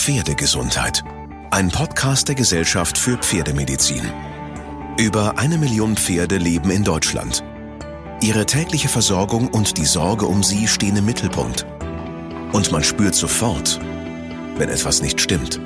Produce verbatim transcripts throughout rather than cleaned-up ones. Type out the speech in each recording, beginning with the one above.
Pferdegesundheit. Ein Podcast der Gesellschaft für Pferdemedizin. Über eine Million Pferde leben in Deutschland. Ihre tägliche Versorgung und die Sorge um sie stehen im Mittelpunkt. Und man spürt sofort, wenn etwas nicht stimmt.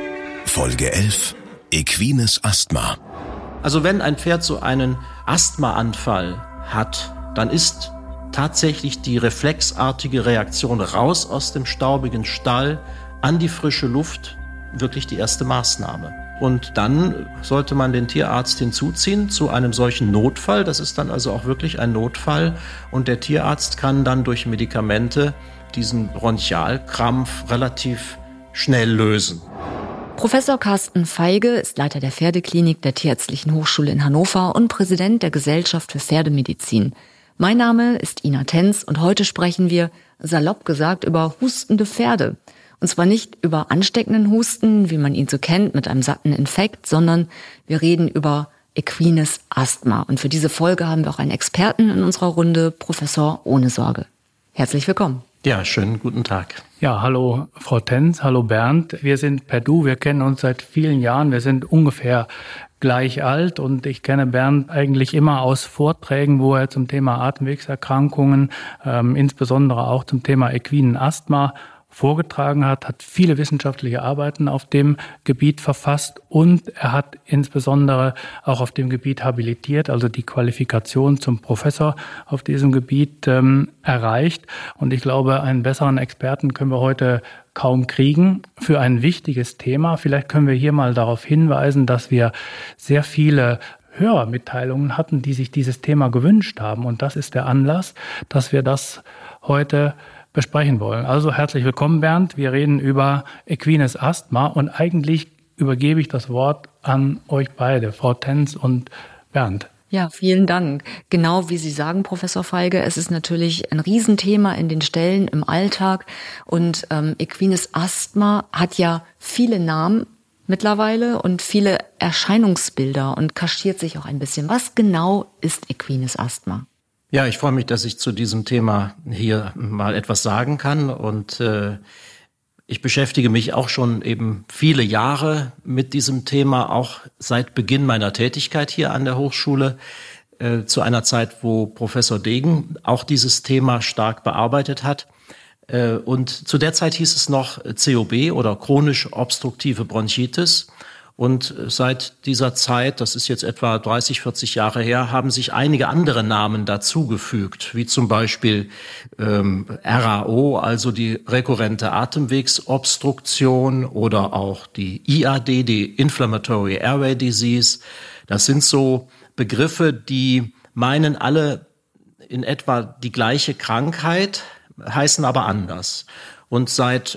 Folge elf: Equines Asthma. Also wenn ein Pferd so einen Asthmaanfall hat, dann ist tatsächlich die reflexartige Reaktion raus aus dem staubigen Stall an die frische Luft wirklich die erste Maßnahme. Und dann sollte man den Tierarzt hinzuziehen zu einem solchen Notfall. Das ist dann also auch wirklich ein Notfall. Und der Tierarzt kann dann durch Medikamente diesen Bronchialkrampf relativ schnell lösen. Professor Carsten Feige ist Leiter der Pferdeklinik der Tierärztlichen Hochschule in Hannover und Präsident der Gesellschaft für Pferdemedizin. Mein Name ist Ina Tenz und heute sprechen wir, salopp gesagt, über hustende Pferde. Und zwar nicht über ansteckenden Husten, wie man ihn so kennt, mit einem satten Infekt, sondern wir reden über equines Asthma. Und für diese Folge haben wir auch einen Experten in unserer Runde, Professor Ohnesorge. Herzlich willkommen. Ja, schönen guten Tag. Ja, hallo Frau Tenz, hallo Bernd. Wir sind per Du, wir kennen uns seit vielen Jahren, wir sind ungefähr gleich alt und ich kenne Bernd eigentlich immer aus Vorträgen, wo er zum Thema Atemwegserkrankungen, ähm, insbesondere auch zum Thema equinen Asthma vorgetragen hat, hat viele wissenschaftliche Arbeiten auf dem Gebiet verfasst und er hat insbesondere auch auf dem Gebiet habilitiert, also die Qualifikation zum Professor auf diesem Gebiet ähm, erreicht. Und ich glaube, einen besseren Experten können wir heute kaum kriegen für ein wichtiges Thema. Vielleicht können wir hier mal darauf hinweisen, dass wir sehr viele Hörermitteilungen hatten, die sich dieses Thema gewünscht haben. Und das ist der Anlass, dass wir das heute besprechen wollen. Also herzlich willkommen, Bernd. Wir reden über equines Asthma und eigentlich übergebe ich das Wort an euch beide, Frau Tenz und Bernd. Ja, vielen Dank. Genau wie Sie sagen, Professor Feige, es ist natürlich ein Riesenthema in den Ställen im Alltag und ähm, equines Asthma hat ja viele Namen mittlerweile und viele Erscheinungsbilder und kaschiert sich auch ein bisschen. Was genau ist equines Asthma? Ja, ich freue mich, dass ich zu diesem Thema hier mal etwas sagen kann und äh, ich beschäftige mich auch schon eben viele Jahre mit diesem Thema, auch seit Beginn meiner Tätigkeit hier an der Hochschule, äh, zu einer Zeit, wo Professor Degen auch dieses Thema stark bearbeitet hat. Äh, und zu der Zeit hieß es noch C O B oder chronisch obstruktive Bronchitis. Und seit dieser Zeit, das ist jetzt etwa dreißig, vierzig Jahre her, haben sich einige andere Namen dazugefügt, wie zum Beispiel ähm, R A O, also die rekurrente Atemwegsobstruktion, oder auch die I A D, die Inflammatory Airway Disease. Das sind so Begriffe, die meinen alle in etwa die gleiche Krankheit, heißen aber anders. Und seit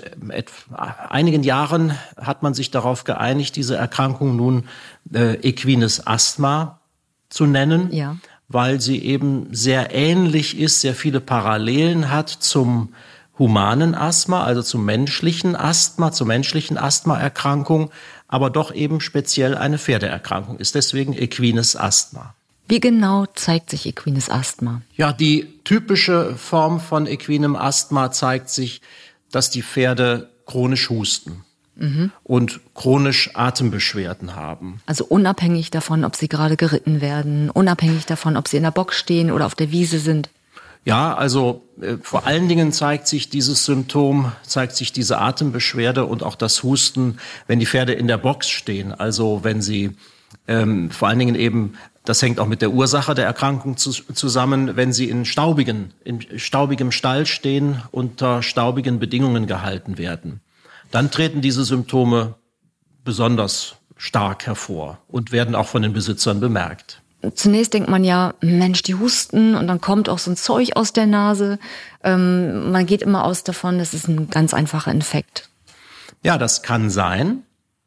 einigen Jahren hat man sich darauf geeinigt, diese Erkrankung nun äh, equines Asthma zu nennen, ja, weil sie eben sehr ähnlich ist, sehr viele Parallelen hat zum humanen Asthma, also zum menschlichen Asthma, zur menschlichen Asthmaerkrankung, aber doch eben speziell eine Pferdeerkrankung ist. Deswegen equines Asthma. Wie genau zeigt sich equines Asthma? Ja, die typische Form von equinem Asthma zeigt sich, dass die Pferde chronisch husten mhm. und chronisch Atembeschwerden haben. Also unabhängig davon, ob sie gerade geritten werden, unabhängig davon, ob sie in der Box stehen oder auf der Wiese sind. Ja, also äh, vor allen Dingen zeigt sich dieses Symptom, zeigt sich diese Atembeschwerde und auch das Husten, wenn die Pferde in der Box stehen. Also wenn sie ähm, vor allen Dingen eben, das hängt auch mit der Ursache der Erkrankung zu, zusammen, wenn sie in staubigen, in staubigem Stall stehen, unter staubigen Bedingungen gehalten werden. Dann treten diese Symptome besonders stark hervor und werden auch von den Besitzern bemerkt. Zunächst denkt man ja, Mensch, die husten und dann kommt auch so ein Zeug aus der Nase. Ähm, man geht immer aus davon, das ist ein ganz einfacher Infekt. Ja, das kann sein.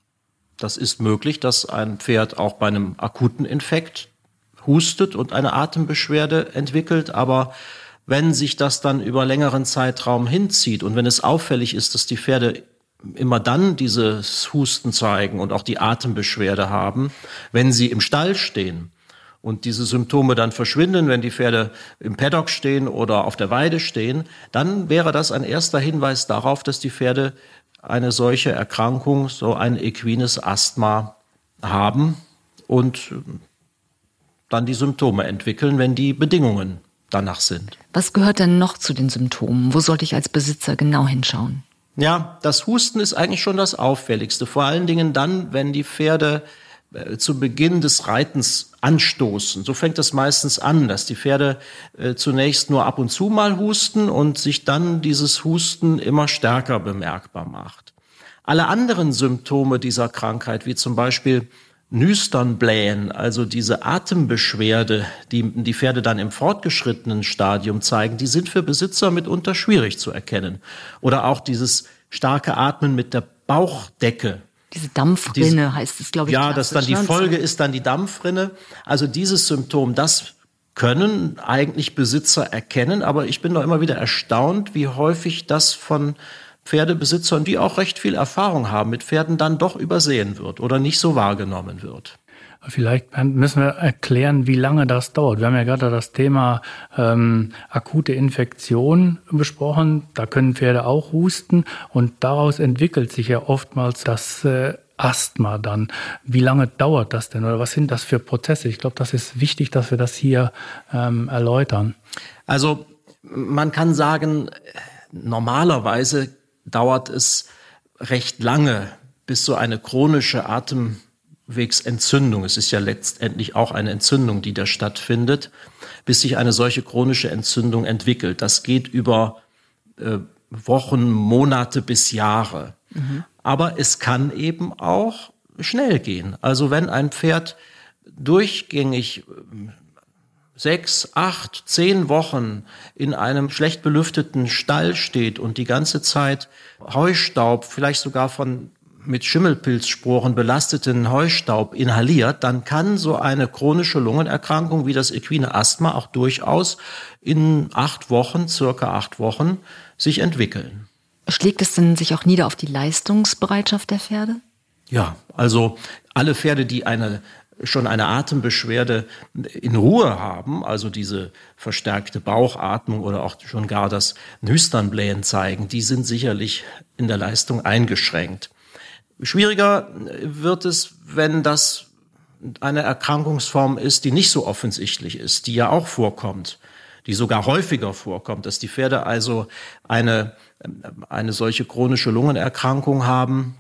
Das ist möglich, dass ein Pferd auch bei einem akuten Infekt hustet und eine Atembeschwerde entwickelt. Aber wenn sich das dann über längeren Zeitraum hinzieht und wenn es auffällig ist, dass die Pferde immer dann dieses Husten zeigen und auch die Atembeschwerde haben, wenn sie im Stall stehen und diese Symptome dann verschwinden, wenn die Pferde im Paddock stehen oder auf der Weide stehen, dann wäre das ein erster Hinweis darauf, dass die Pferde eine solche Erkrankung, so ein equines Asthma haben und dann die Symptome entwickeln, wenn die Bedingungen danach sind. Was gehört denn noch zu den Symptomen? Wo sollte ich als Besitzer genau hinschauen? Ja, das Husten ist eigentlich schon das Auffälligste. Vor allen Dingen dann, wenn die Pferde äh, zu Beginn des Reitens anstoßen. So fängt es meistens an, dass die Pferde äh, zunächst nur ab und zu mal husten und sich dann dieses Husten immer stärker bemerkbar macht. Alle anderen Symptome dieser Krankheit, wie zum Beispiel Nüsternblähen, also diese Atembeschwerde, die die Pferde dann im fortgeschrittenen Stadium zeigen, die sind für Besitzer mitunter schwierig zu erkennen. Oder auch dieses starke Atmen mit der Bauchdecke. Diese Dampfrinne diese, heißt es, glaube ich. Ja, das dann die Folge ist dann die Dampfrinne. Also dieses Symptom, das können eigentlich Besitzer erkennen, aber ich bin doch immer wieder erstaunt, wie häufig das von Pferdebesitzern, die auch recht viel Erfahrung haben mit Pferden, dann doch übersehen wird oder nicht so wahrgenommen wird. Vielleicht müssen wir erklären, wie lange das dauert. Wir haben ja gerade das Thema ähm, akute Infektion besprochen. Da können Pferde auch husten und daraus entwickelt sich ja oftmals das äh, Asthma dann. Wie lange dauert das denn oder was sind das für Prozesse? Ich glaube, das ist wichtig, dass wir das hier ähm, erläutern. Also man kann sagen, normalerweise dauert es recht lange, bis so eine chronische Atemwegsentzündung, es ist ja letztendlich auch eine Entzündung, die da stattfindet, bis sich eine solche chronische Entzündung entwickelt. Das geht über äh, Wochen, Monate bis Jahre. Mhm. Aber es kann eben auch schnell gehen. Also wenn ein Pferd durchgängig sechs, acht, zehn Wochen in einem schlecht belüfteten Stall steht und die ganze Zeit Heustaub, vielleicht sogar von mit Schimmelpilzsporen belasteten Heustaub inhaliert, dann kann so eine chronische Lungenerkrankung wie das equine Asthma auch durchaus in acht Wochen, circa acht Wochen, sich entwickeln. Schlägt es denn sich auch nieder auf die Leistungsbereitschaft der Pferde? Ja, also alle Pferde, die eine schon eine Atembeschwerde in Ruhe haben, also diese verstärkte Bauchatmung oder auch schon gar das Nüsternblähen zeigen, die sind sicherlich in der Leistung eingeschränkt. Schwieriger wird es, wenn das eine Erkrankungsform ist, die nicht so offensichtlich ist, die ja auch vorkommt, die sogar häufiger vorkommt, dass die Pferde also eine, eine solche chronische Lungenerkrankung haben,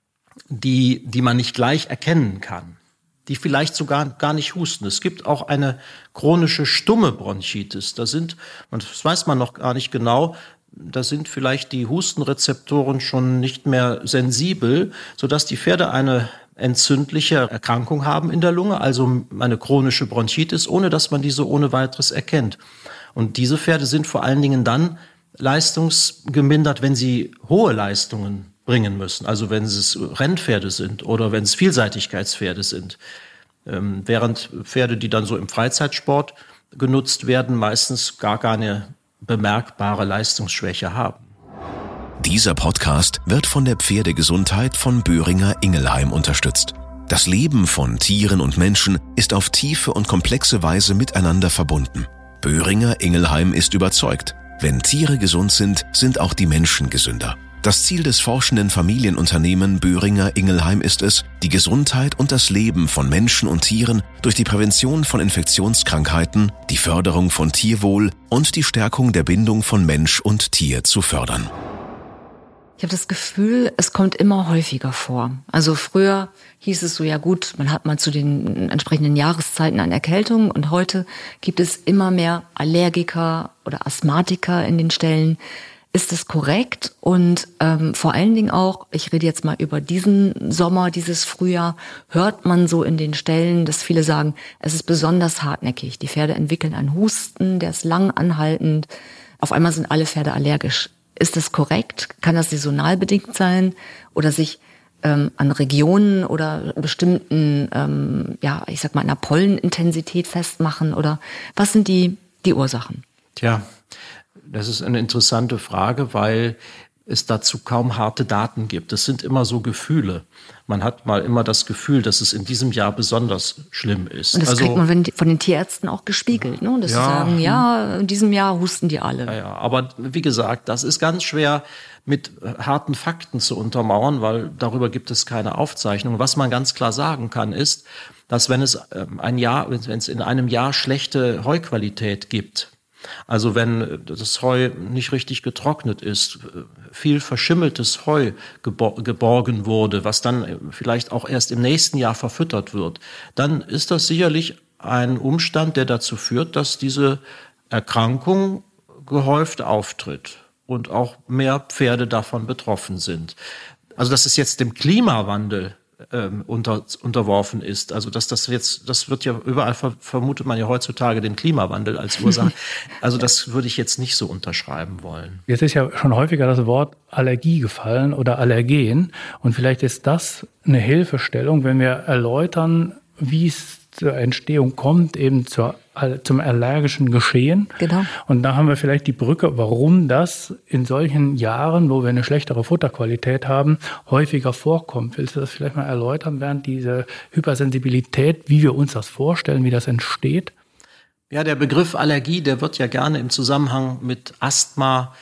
die, die man nicht gleich erkennen kann, die vielleicht sogar gar nicht husten. Es gibt auch eine chronische stumme Bronchitis. Da sind, das weiß man noch gar nicht genau, da sind vielleicht die Hustenrezeptoren schon nicht mehr sensibel, sodass die Pferde eine entzündliche Erkrankung haben in der Lunge, also eine chronische Bronchitis, ohne dass man diese ohne weiteres erkennt. Und diese Pferde sind vor allen Dingen dann leistungsgemindert, wenn sie hohe Leistungen bringen müssen. Also wenn es Rennpferde sind oder wenn es Vielseitigkeitspferde sind. Ähm, während Pferde, die dann so im Freizeitsport genutzt werden, meistens gar keine bemerkbare Leistungsschwäche haben. Dieser Podcast wird von der Pferdegesundheit von Boehringer Ingelheim unterstützt. Das Leben von Tieren und Menschen ist auf tiefe und komplexe Weise miteinander verbunden. Boehringer Ingelheim ist überzeugt, wenn Tiere gesund sind, sind auch die Menschen gesünder. Das Ziel des forschenden Familienunternehmen Boehringer Ingelheim ist es, die Gesundheit und das Leben von Menschen und Tieren durch die Prävention von Infektionskrankheiten, die Förderung von Tierwohl und die Stärkung der Bindung von Mensch und Tier zu fördern. Ich habe das Gefühl, es kommt immer häufiger vor. Also früher hieß es so, ja gut, man hat mal zu den entsprechenden Jahreszeiten eine Erkältung und heute gibt es immer mehr Allergiker oder Asthmatiker in den Ställen. Ist das korrekt? Und ähm, vor allen Dingen auch, ich rede jetzt mal über diesen Sommer, dieses Frühjahr, hört man so in den Ställen, dass viele sagen, es ist besonders hartnäckig. Die Pferde entwickeln einen Husten, der ist lang anhaltend. Auf einmal sind alle Pferde allergisch. Ist das korrekt? Kann das saisonal bedingt sein oder sich ähm, an Regionen oder bestimmten, ähm, ja, ich sag mal, einer Pollenintensität festmachen? Oder was sind die, die Ursachen? Tja, das ist eine interessante Frage, weil es dazu kaum harte Daten gibt. Es sind immer so Gefühle. Man hat mal immer das Gefühl, dass es in diesem Jahr besonders schlimm ist. Und das also, kriegt man von den Tierärzten auch gespiegelt, ne? Dass ja, sie sagen, ja, in diesem Jahr husten die alle. Ja, ja, aber wie gesagt, das ist ganz schwer mit harten Fakten zu untermauern, weil darüber gibt es keine Aufzeichnung. Was man ganz klar sagen kann, ist, dass wenn es ein Jahr, wenn es in einem Jahr schlechte Heuqualität gibt, also wenn das Heu nicht richtig getrocknet ist, viel verschimmeltes Heu geborgen wurde, was dann vielleicht auch erst im nächsten Jahr verfüttert wird, dann ist das sicherlich ein Umstand, der dazu führt, dass diese Erkrankung gehäuft auftritt und auch mehr Pferde davon betroffen sind. Also dass es jetzt dem Klimawandel ähm, unter, unterworfen ist, also dass das jetzt, das wird ja überall, ver, vermutet man ja heutzutage den Klimawandel als Ursache. Also das würde ich jetzt nicht so unterschreiben wollen. Jetzt ist ja schon häufiger das Wort Allergie gefallen oder Allergen. Und vielleicht ist das eine Hilfestellung, wenn wir erläutern, wie es zur Entstehung kommt, eben zur, zum allergischen Geschehen. Genau. Und da haben wir vielleicht die Brücke, warum das in solchen Jahren, wo wir eine schlechtere Futterqualität haben, häufiger vorkommt. Willst du das vielleicht mal erläutern, während diese Hypersensibilität, wie wir uns das vorstellen, wie das entsteht? Ja, der Begriff Allergie, der wird ja gerne im Zusammenhang mit Asthma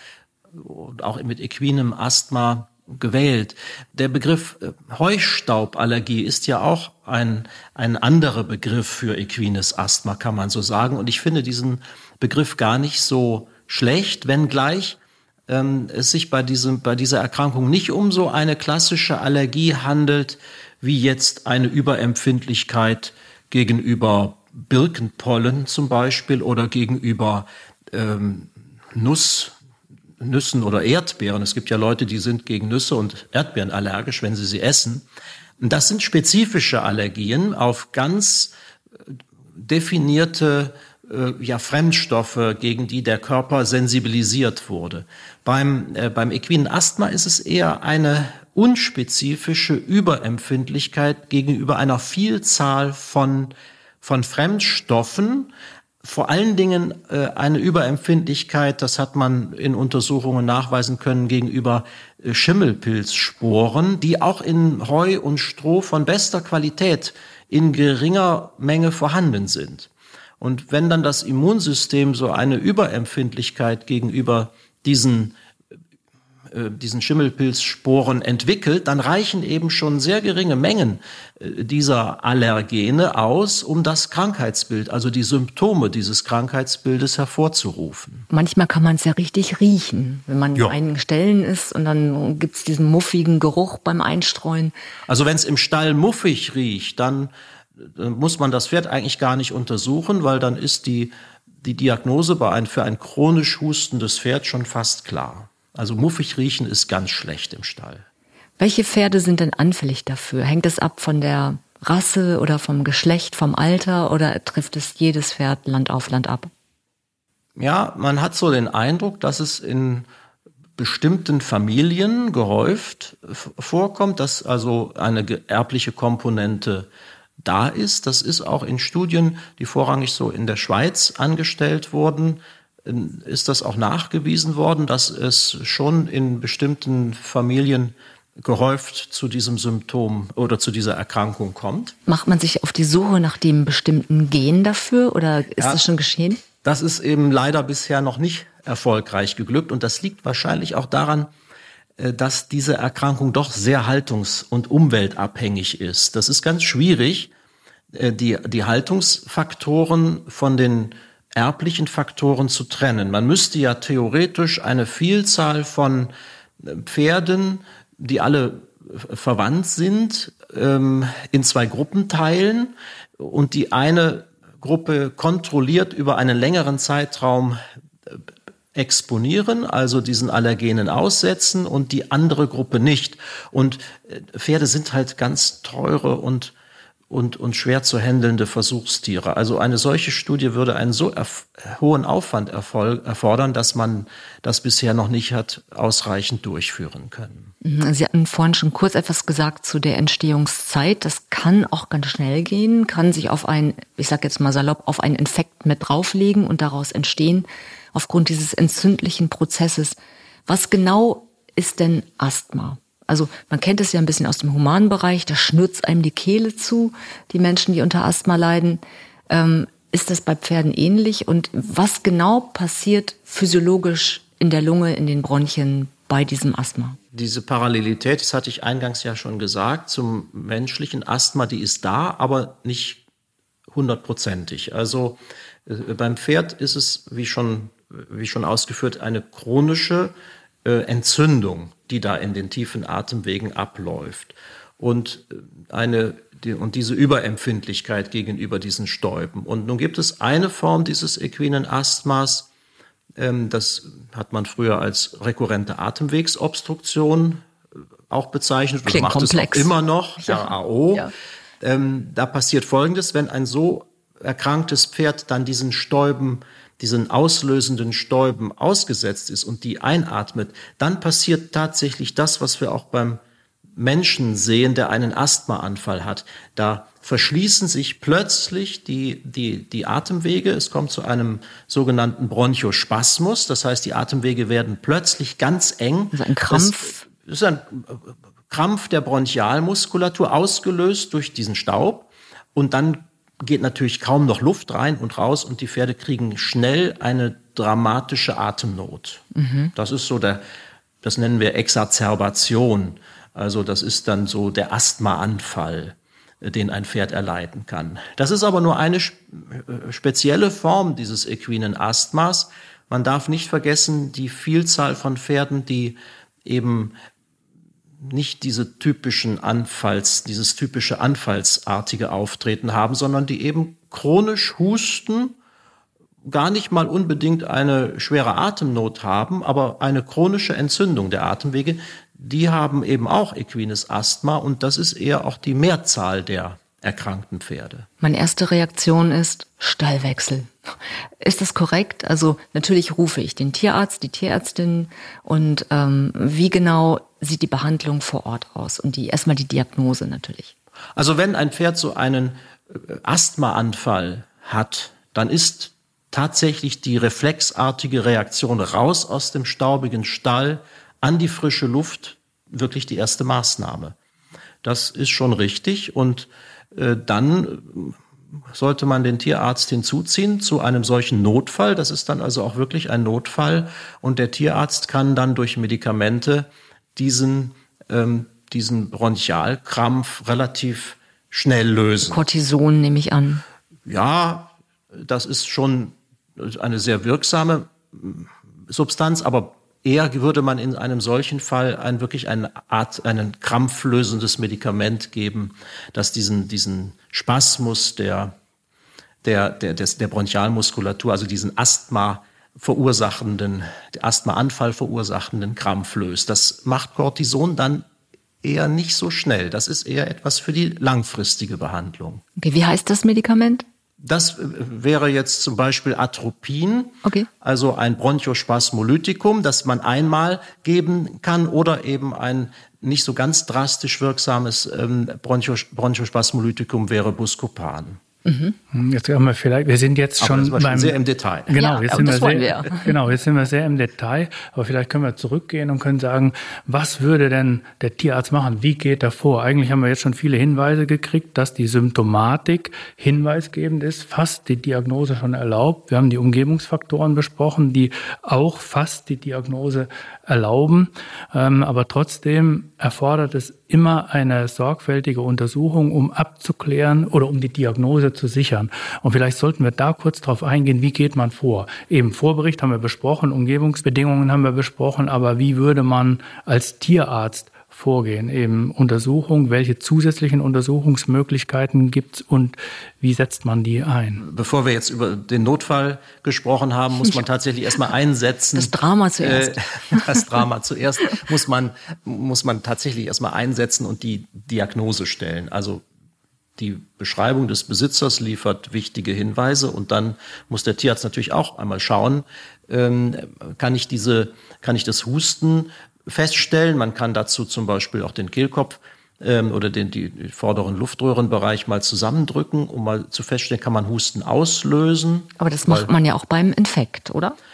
und auch mit equinem Asthma gewählt. Der Begriff Heustauballergie ist ja auch ein, ein anderer Begriff für equines Asthma, kann man so sagen. Und ich finde diesen Begriff gar nicht so schlecht, wenngleich ähm, es sich bei diesem, bei dieser Erkrankung nicht um so eine klassische Allergie handelt, wie jetzt eine Überempfindlichkeit gegenüber Birkenpollen zum Beispiel oder gegenüber ähm, Nuss Nüssen oder Erdbeeren. Es gibt ja Leute, die sind gegen Nüsse und Erdbeeren allergisch, wenn sie sie essen. Das sind spezifische Allergien auf ganz definierte äh, ja, Fremdstoffe, gegen die der Körper sensibilisiert wurde. Beim, äh, beim equinen Asthma ist es eher eine unspezifische Überempfindlichkeit gegenüber einer Vielzahl von, von Fremdstoffen, vor allen Dingen äh, eine Überempfindlichkeit, das hat man in Untersuchungen nachweisen können, gegenüber äh, Schimmelpilzsporen, die auch in Heu und Stroh von bester Qualität in geringer Menge vorhanden sind. Und wenn dann das Immunsystem so eine Überempfindlichkeit gegenüber diesen diesen Schimmelpilzsporen entwickelt, dann reichen eben schon sehr geringe Mengen dieser Allergene aus, um das Krankheitsbild, also die Symptome dieses Krankheitsbildes hervorzurufen. Manchmal kann man es ja richtig riechen, wenn man ja. an einigen Stellen ist und dann gibt es diesen muffigen Geruch beim Einstreuen. Also wenn es im Stall muffig riecht, dann muss man das Pferd eigentlich gar nicht untersuchen, weil dann ist die, die Diagnose bei ein, für ein chronisch hustendes Pferd schon fast klar. Also muffig riechen ist ganz schlecht im Stall. Welche Pferde sind denn anfällig dafür? Hängt es ab von der Rasse oder vom Geschlecht, vom Alter oder trifft es jedes Pferd Land auf Land ab? Ja, man hat so den Eindruck, dass es in bestimmten Familien gehäuft vorkommt, dass also eine erbliche Komponente da ist. Das ist auch in Studien, die vorrangig so in der Schweiz angestellt wurden, ist das auch nachgewiesen worden, dass es schon in bestimmten Familien gehäuft zu diesem Symptom oder zu dieser Erkrankung kommt. Macht man sich auf die Suche nach dem bestimmten Gen dafür oder ist ja, das schon geschehen? Das ist eben leider bisher noch nicht erfolgreich geglückt und das liegt wahrscheinlich auch daran, dass diese Erkrankung doch sehr haltungs- und umweltabhängig ist. Das ist ganz schwierig, die, die Haltungsfaktoren von den erblichen Faktoren zu trennen. Man müsste ja theoretisch eine Vielzahl von Pferden, die alle verwandt sind, in zwei Gruppen teilen und die eine Gruppe kontrolliert über einen längeren Zeitraum exponieren, also diesen Allergenen aussetzen und die andere Gruppe nicht. Und Pferde sind halt ganz teure und Und, und schwer zu handelnde Versuchstiere. Also eine solche Studie würde einen so erf- hohen Aufwand erfol- erfordern, dass man das bisher noch nicht hat ausreichend durchführen können. Sie hatten vorhin schon kurz etwas gesagt zu der Entstehungszeit. Das kann auch ganz schnell gehen, kann sich auf ein, ich sag jetzt mal salopp, auf einen Infekt mit drauflegen und daraus entstehen aufgrund dieses entzündlichen Prozesses. Was genau ist denn Asthma? Also man kennt es ja ein bisschen aus dem humanen Bereich, da schnürzt einem die Kehle zu, die Menschen, die unter Asthma leiden. Ähm, ist das bei Pferden ähnlich? Und was genau passiert physiologisch in der Lunge, in den Bronchien bei diesem Asthma? Diese Parallelität, das hatte ich eingangs ja schon gesagt, zum menschlichen Asthma, die ist da, aber nicht hundertprozentig. Also äh, beim Pferd ist es, wie schon, wie schon ausgeführt, eine chronische äh, Entzündung, die da in den tiefen Atemwegen abläuft. Und eine, die, und diese Überempfindlichkeit gegenüber diesen Stäuben. Und nun gibt es eine Form dieses equinen Asthmas, ähm, das hat man früher als rekurrente Atemwegsobstruktion auch bezeichnet. Klingt macht komplex. Es auch immer noch, ja. R A O. Ja. Ähm, da passiert Folgendes, wenn ein so erkranktes Pferd dann diesen Stäuben, diesen auslösenden Stäuben ausgesetzt ist und die einatmet, dann passiert tatsächlich das, was wir auch beim Menschen sehen, der einen Asthmaanfall hat. Da verschließen sich plötzlich die, die, die Atemwege. Es kommt zu einem sogenannten Bronchospasmus. Das heißt, die Atemwege werden plötzlich ganz eng. Also ein Krampf. Das ist ein Krampf der Bronchialmuskulatur, ausgelöst durch diesen Staub. Und dann geht natürlich kaum noch Luft rein und raus und die Pferde kriegen schnell eine dramatische Atemnot. Mhm. Das ist so der, das nennen wir Exazerbation. Also das ist dann so der Asthmaanfall, den ein Pferd erleiden kann. Das ist aber nur eine spezielle Form dieses equinen Asthmas. Man darf nicht vergessen, die Vielzahl von Pferden, die eben nicht diese typischen Anfalls, dieses typische anfallsartige Auftreten haben, sondern die eben chronisch husten, gar nicht mal unbedingt eine schwere Atemnot haben, aber eine chronische Entzündung der Atemwege, die haben eben auch equines Asthma und das ist eher auch die Mehrzahl der erkrankten Pferde. Meine erste Reaktion ist Stallwechsel. Ist das korrekt? Also natürlich rufe ich den Tierarzt, die Tierärztin und ähm, wie genau sieht die Behandlung vor Ort aus und die erstmal die Diagnose natürlich. Also wenn ein Pferd so einen Asthmaanfall hat, dann ist tatsächlich die reflexartige Reaktion raus aus dem staubigen Stall an die frische Luft wirklich die erste Maßnahme. Das ist schon richtig und äh, dann sollte man den Tierarzt hinzuziehen zu einem solchen Notfall. Das ist dann also auch wirklich ein Notfall und der Tierarzt kann dann durch Medikamente diesen, ähm, diesen Bronchialkrampf relativ schnell lösen. Cortison nehme ich an. Ja, das ist schon eine sehr wirksame Substanz, aber eher würde man in einem solchen Fall ein wirklich eine Art, ein krampflösendes Medikament geben, das diesen, diesen Spasmus der, der, der, des, der Bronchialmuskulatur, also diesen Asthma verursachenden, Asthmaanfall verursachenden Krampf löst. Das macht Cortison dann eher nicht so schnell. Das ist eher etwas für die langfristige Behandlung. Okay, wie heißt das Medikament? Das wäre jetzt zum Beispiel Atropin, okay. Also ein Bronchospasmolytikum, das man einmal geben kann oder eben ein nicht so ganz drastisch wirksames ähm, Bronchos- Bronchospasmolytikum wäre Buscopan. Mhm. Jetzt haben wir vielleicht, wir sind jetzt aber schon das beim, sehr im Detail. Genau, ja, jetzt sind wir das sehr, wollen wir. genau, jetzt sind wir sehr im Detail, aber vielleicht können wir zurückgehen und können sagen, was würde denn der Tierarzt machen? Wie geht er vor? Eigentlich haben wir jetzt schon viele Hinweise gekriegt, dass die Symptomatik hinweisgebend ist, fast die Diagnose schon erlaubt. Wir haben die Umgebungsfaktoren besprochen, die auch fast die Diagnose erlauben, ähm, aber trotzdem erfordert es immer eine sorgfältige Untersuchung, um abzuklären oder um die Diagnose zu sichern. Und vielleicht sollten wir da kurz drauf eingehen, wie geht man vor? Eben Vorbericht haben wir besprochen, Umgebungsbedingungen haben wir besprochen, aber wie würde man als Tierarzt vorgehen? Eben Untersuchung, welche zusätzlichen Untersuchungsmöglichkeiten gibt's und wie setzt man die ein? Bevor wir jetzt über den Notfall gesprochen haben, muss man tatsächlich erstmal einsetzen. Das Drama zuerst. Äh, das Drama zuerst muss man, muss man tatsächlich erstmal einsetzen und die Diagnose stellen. Also die Beschreibung des Besitzers liefert wichtige Hinweise und dann muss der Tierarzt natürlich auch einmal schauen, ähm, kann ich diese, kann ich das Husten feststellen. Man kann dazu zum Beispiel auch den Kehlkopf ähm, oder den die, die vorderen Luftröhrenbereich mal zusammendrücken, um mal zu feststellen, kann man Husten auslösen. Aber das macht man ja auch beim Infekt, oder?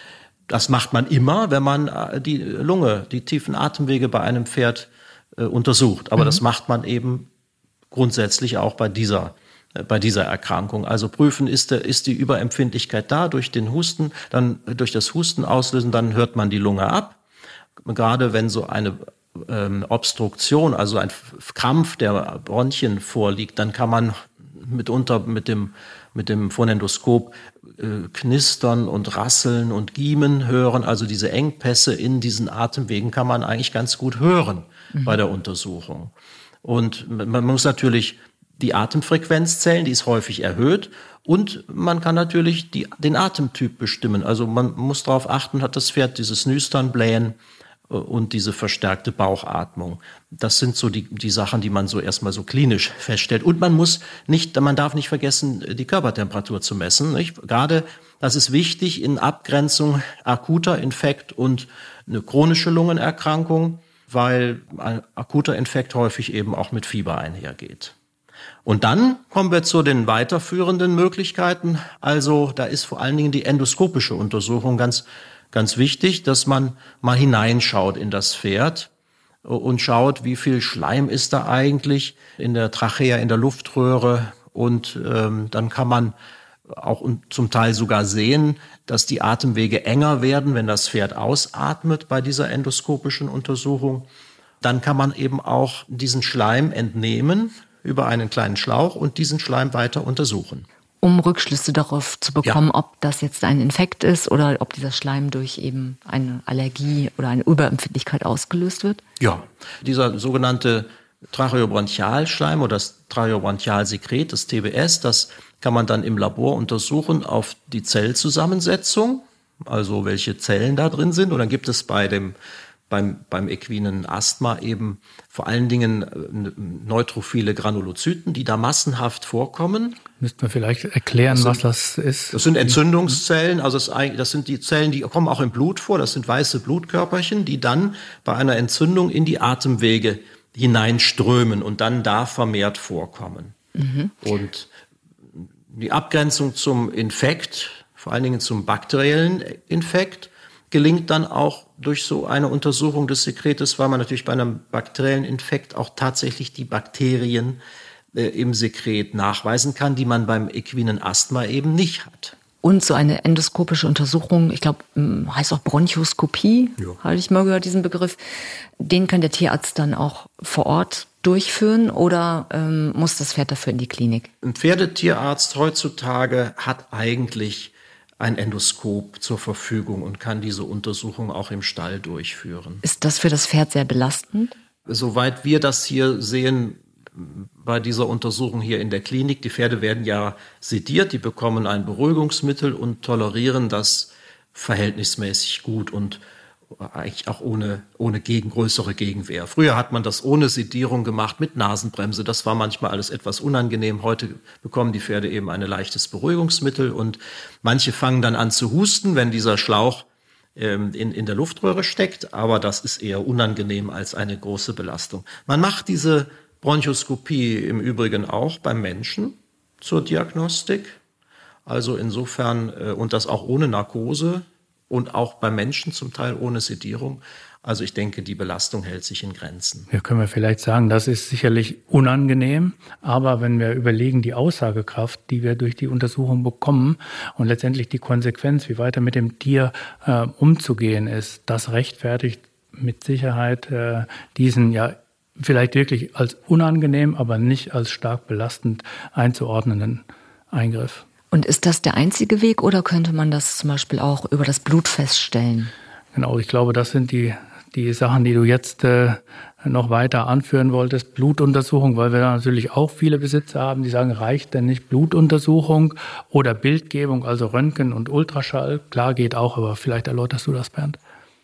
Das macht man immer, wenn man die Lunge, die tiefen Atemwege bei einem Pferd äh, untersucht. Aber mhm. das macht man eben grundsätzlich auch bei dieser, äh, bei dieser Erkrankung. Also prüfen, ist, der, ist die Überempfindlichkeit da durch den Husten, dann durch das Husten auslösen, dann hört man die Lunge ab. Gerade wenn so eine ähm, Obstruktion, also ein Krampf der Bronchien vorliegt, dann kann man mitunter mit dem mit dem Phonendoskop äh, knistern und rasseln und giemen hören. Also diese Engpässe in diesen Atemwegen kann man eigentlich ganz gut hören mhm. bei der Untersuchung. Und man muss natürlich die Atemfrequenz zählen, die ist häufig erhöht. Und man kann natürlich die, den Atemtyp bestimmen. Also man muss darauf achten, hat das Pferd dieses Nüstern, Blähen und diese verstärkte Bauchatmung. Das sind so die, die Sachen, die man so erstmal so klinisch feststellt. Und man muss nicht, man darf nicht vergessen, die Körpertemperatur zu messen, nicht? Gerade, das ist wichtig in Abgrenzung akuter Infekt und eine chronische Lungenerkrankung, weil ein akuter Infekt häufig eben auch mit Fieber einhergeht. Und dann kommen wir zu den weiterführenden Möglichkeiten. Also da ist vor allen Dingen die endoskopische Untersuchung ganz Ganz wichtig, dass man mal hineinschaut in das Pferd und schaut, wie viel Schleim ist da eigentlich in der Trachea, in der Luftröhre. Und ähm, dann kann man auch zum Teil sogar sehen, dass die Atemwege enger werden, wenn das Pferd ausatmet bei dieser endoskopischen Untersuchung. Dann kann man eben auch diesen Schleim entnehmen über einen kleinen Schlauch und diesen Schleim weiter untersuchen. Um Rückschlüsse darauf zu bekommen, ja. ob das jetzt ein Infekt ist oder ob dieser Schleim durch eben eine Allergie oder eine Überempfindlichkeit ausgelöst wird? Ja, dieser sogenannte Tracheobronchialschleim oder das Tracheobronchialsekret, das T B S, das kann man dann im Labor untersuchen auf die Zellzusammensetzung, also welche Zellen da drin sind. Und dann gibt es bei dem Beim, beim equinen Asthma eben vor allen Dingen neutrophile Granulozyten, die da massenhaft vorkommen. Müssten wir vielleicht erklären, das sind, was das ist? Das sind Entzündungszellen, also das, das sind die Zellen, die kommen auch im Blut vor. Das sind weiße Blutkörperchen, die dann bei einer Entzündung in die Atemwege hineinströmen und dann da vermehrt vorkommen. Mhm. Und die Abgrenzung zum Infekt, vor allen Dingen zum bakteriellen Infekt, gelingt dann auch durch so eine Untersuchung des Sekretes, weil man natürlich bei einem bakteriellen Infekt auch tatsächlich die Bakterien äh, im Sekret nachweisen kann, die man beim equinen Asthma eben nicht hat. Und so eine endoskopische Untersuchung, ich glaube, heißt auch Bronchoskopie, ja. Habe ich mal gehört, diesen Begriff. Den kann der Tierarzt dann auch vor Ort durchführen oder ähm, muss das Pferd dafür in die Klinik? Ein Pferdetierarzt heutzutage hat eigentlich ein Endoskop zur Verfügung und kann diese Untersuchung auch im Stall durchführen. Ist das für das Pferd sehr belastend? Soweit wir das hier sehen, bei dieser Untersuchung hier in der Klinik, die Pferde werden ja sediert, die bekommen ein Beruhigungsmittel und tolerieren das verhältnismäßig gut und eigentlich auch ohne, ohne gegen, größere Gegenwehr. Früher hat man das ohne Sedierung gemacht, mit Nasenbremse. Das war manchmal alles etwas unangenehm. Heute bekommen die Pferde eben ein leichtes Beruhigungsmittel und manche fangen dann an zu husten, wenn dieser Schlauch ähm, in, in der Luftröhre steckt. Aber das ist eher unangenehm als eine große Belastung. Man macht diese Bronchoskopie im Übrigen auch beim Menschen zur Diagnostik. Also insofern, äh, und das auch ohne Narkose. Und auch bei Menschen zum Teil ohne Sedierung. Also ich denke, die Belastung hält sich in Grenzen. Ja, können wir vielleicht sagen, das ist sicherlich unangenehm. Aber wenn wir überlegen, die Aussagekraft, die wir durch die Untersuchung bekommen und letztendlich die Konsequenz, wie weiter mit dem Tier äh, umzugehen ist, das rechtfertigt mit Sicherheit äh, diesen ja vielleicht wirklich als unangenehm, aber nicht als stark belastend einzuordnenden Eingriff. Und ist das der einzige Weg oder könnte man das zum Beispiel auch über das Blut feststellen? Genau, ich glaube, das sind die, die Sachen, die du jetzt äh, noch weiter anführen wolltest. Blutuntersuchung, weil wir da natürlich auch viele Besitzer haben, die sagen, reicht denn nicht Blutuntersuchung oder Bildgebung, also Röntgen und Ultraschall? Klar, geht auch, aber vielleicht erläuterst du das, Bernd.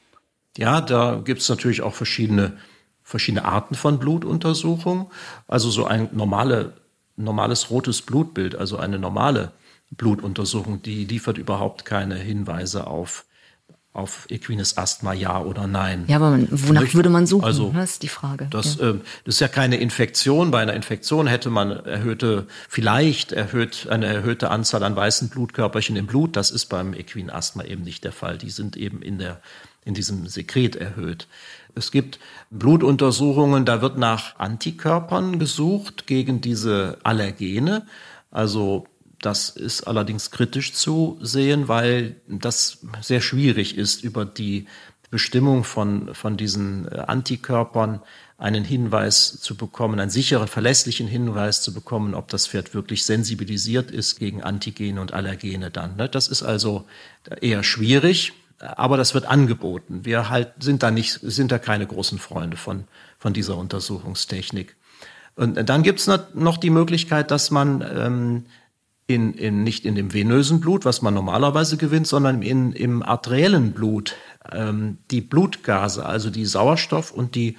Ja, da gibt es natürlich auch verschiedene, verschiedene Arten von Blutuntersuchung. Also so ein normale, normales rotes Blutbild, also eine normale Blutuntersuchung, die liefert überhaupt keine Hinweise auf auf equines Asthma ja oder nein. Ja, aber man, wonach Nicht, würde man suchen? Also, das ist die Frage. Das, ja. äh, das ist ja keine Infektion. Bei einer Infektion hätte man erhöhte, vielleicht erhöht, eine erhöhte Anzahl an weißen Blutkörperchen im Blut. Das ist beim equinen Asthma eben nicht der Fall. Die sind eben in der, in diesem Sekret erhöht. Es gibt Blutuntersuchungen, da wird nach Antikörpern gesucht gegen diese Allergene. Also das ist allerdings kritisch zu sehen, weil das sehr schwierig ist, über die Bestimmung von, von diesen Antikörpern einen Hinweis zu bekommen, einen sicheren, verlässlichen Hinweis zu bekommen, ob das Pferd wirklich sensibilisiert ist gegen Antigene und Allergene dann. Das ist also eher schwierig, aber das wird angeboten. Wir halt sind da nicht, sind da keine großen Freunde von, von dieser Untersuchungstechnik. Und dann gibt's noch die Möglichkeit, dass man ähm, In, in, nicht in dem venösen Blut, was man normalerweise gewinnt, sondern in, im arteriellen Blut ähm, die Blutgase, also die Sauerstoff- und die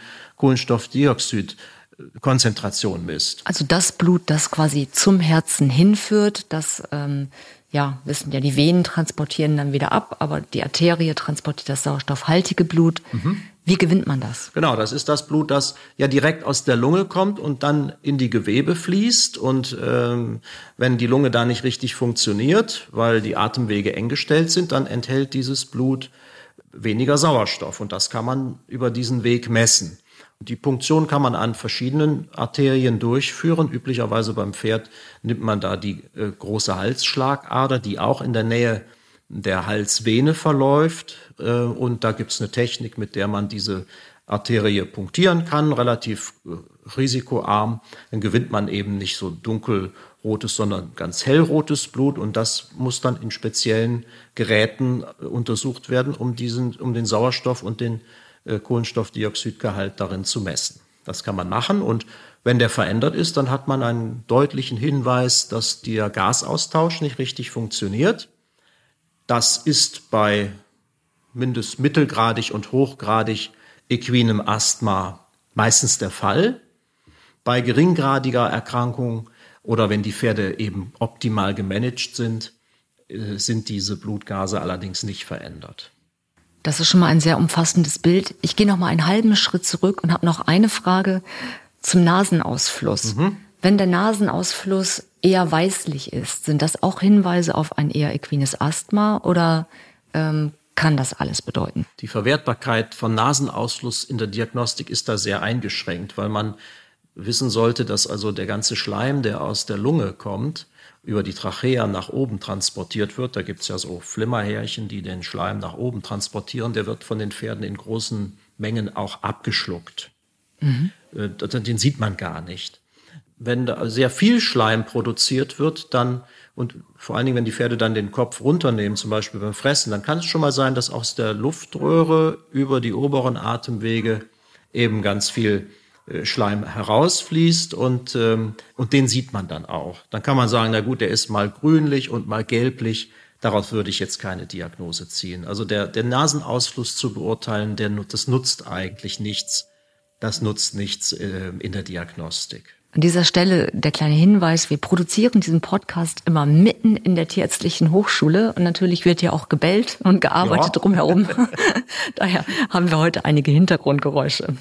Kohlenstoffdioxidkonzentration misst. Also das Blut, das quasi zum Herzen hinführt, das, ähm, ja, wissen ja, die Venen transportieren dann wieder ab, aber die Arterie transportiert das sauerstoffhaltige Blut. Mhm. Wie gewinnt man das? Genau, das ist das Blut, das ja direkt aus der Lunge kommt und dann in die Gewebe fließt. Und ähm, wenn die Lunge da nicht richtig funktioniert, weil die Atemwege eng gestellt sind, dann enthält dieses Blut weniger Sauerstoff. Und das kann man über diesen Weg messen. Die Punktion kann man an verschiedenen Arterien durchführen. Üblicherweise beim Pferd nimmt man da die äh, große Halsschlagader, die auch in der Nähe der Halsvene verläuft. Äh, und da gibt es eine Technik, mit der man diese Arterie punktieren kann, relativ äh, risikoarm. Dann gewinnt man eben nicht so dunkelrotes, sondern ganz hellrotes Blut. Und das muss dann in speziellen Geräten äh, untersucht werden, um, diesen, um den Sauerstoff und den äh, Kohlenstoffdioxidgehalt darin zu messen. Das kann man machen. Und wenn der verändert ist, dann hat man einen deutlichen Hinweis, dass der Gasaustausch nicht richtig funktioniert. Das ist bei mindestens mittelgradig und hochgradig equinem Asthma meistens der Fall. Bei geringgradiger Erkrankung oder wenn die Pferde eben optimal gemanagt sind, sind diese Blutgase allerdings nicht verändert. Das ist schon mal ein sehr umfassendes Bild. Ich gehe noch mal einen halben Schritt zurück und habe noch eine Frage zum Nasenausfluss. Mhm. Wenn der Nasenausfluss eher weißlich ist, sind das auch Hinweise auf ein eher equines Asthma oder ähm, kann das alles bedeuten? Die Verwertbarkeit von Nasenausfluss in der Diagnostik ist da sehr eingeschränkt, weil man wissen sollte, dass also der ganze Schleim, der aus der Lunge kommt, über die Trachea nach oben transportiert wird. Da gibt es ja so Flimmerhärchen, die den Schleim nach oben transportieren. Der wird von den Pferden in großen Mengen auch abgeschluckt. Mhm. Den sieht man gar nicht. Wenn da sehr viel Schleim produziert wird, dann, und vor allen Dingen, wenn die Pferde dann den Kopf runternehmen, zum Beispiel beim Fressen, dann kann es schon mal sein, dass aus der Luftröhre über die oberen Atemwege eben ganz viel äh, Schleim herausfließt und, ähm, und den sieht man dann auch. Dann kann man sagen, na gut, der ist mal grünlich und mal gelblich. Darauf würde ich jetzt keine Diagnose ziehen. Also der, der Nasenausfluss zu beurteilen, der, das nutzt eigentlich nichts. Das nutzt nichts äh, in der Diagnostik. An dieser Stelle der kleine Hinweis, wir produzieren diesen Podcast immer mitten in der Tierärztlichen Hochschule und natürlich wird hier auch gebellt und gearbeitet ja. drumherum. Daher haben wir heute einige Hintergrundgeräusche.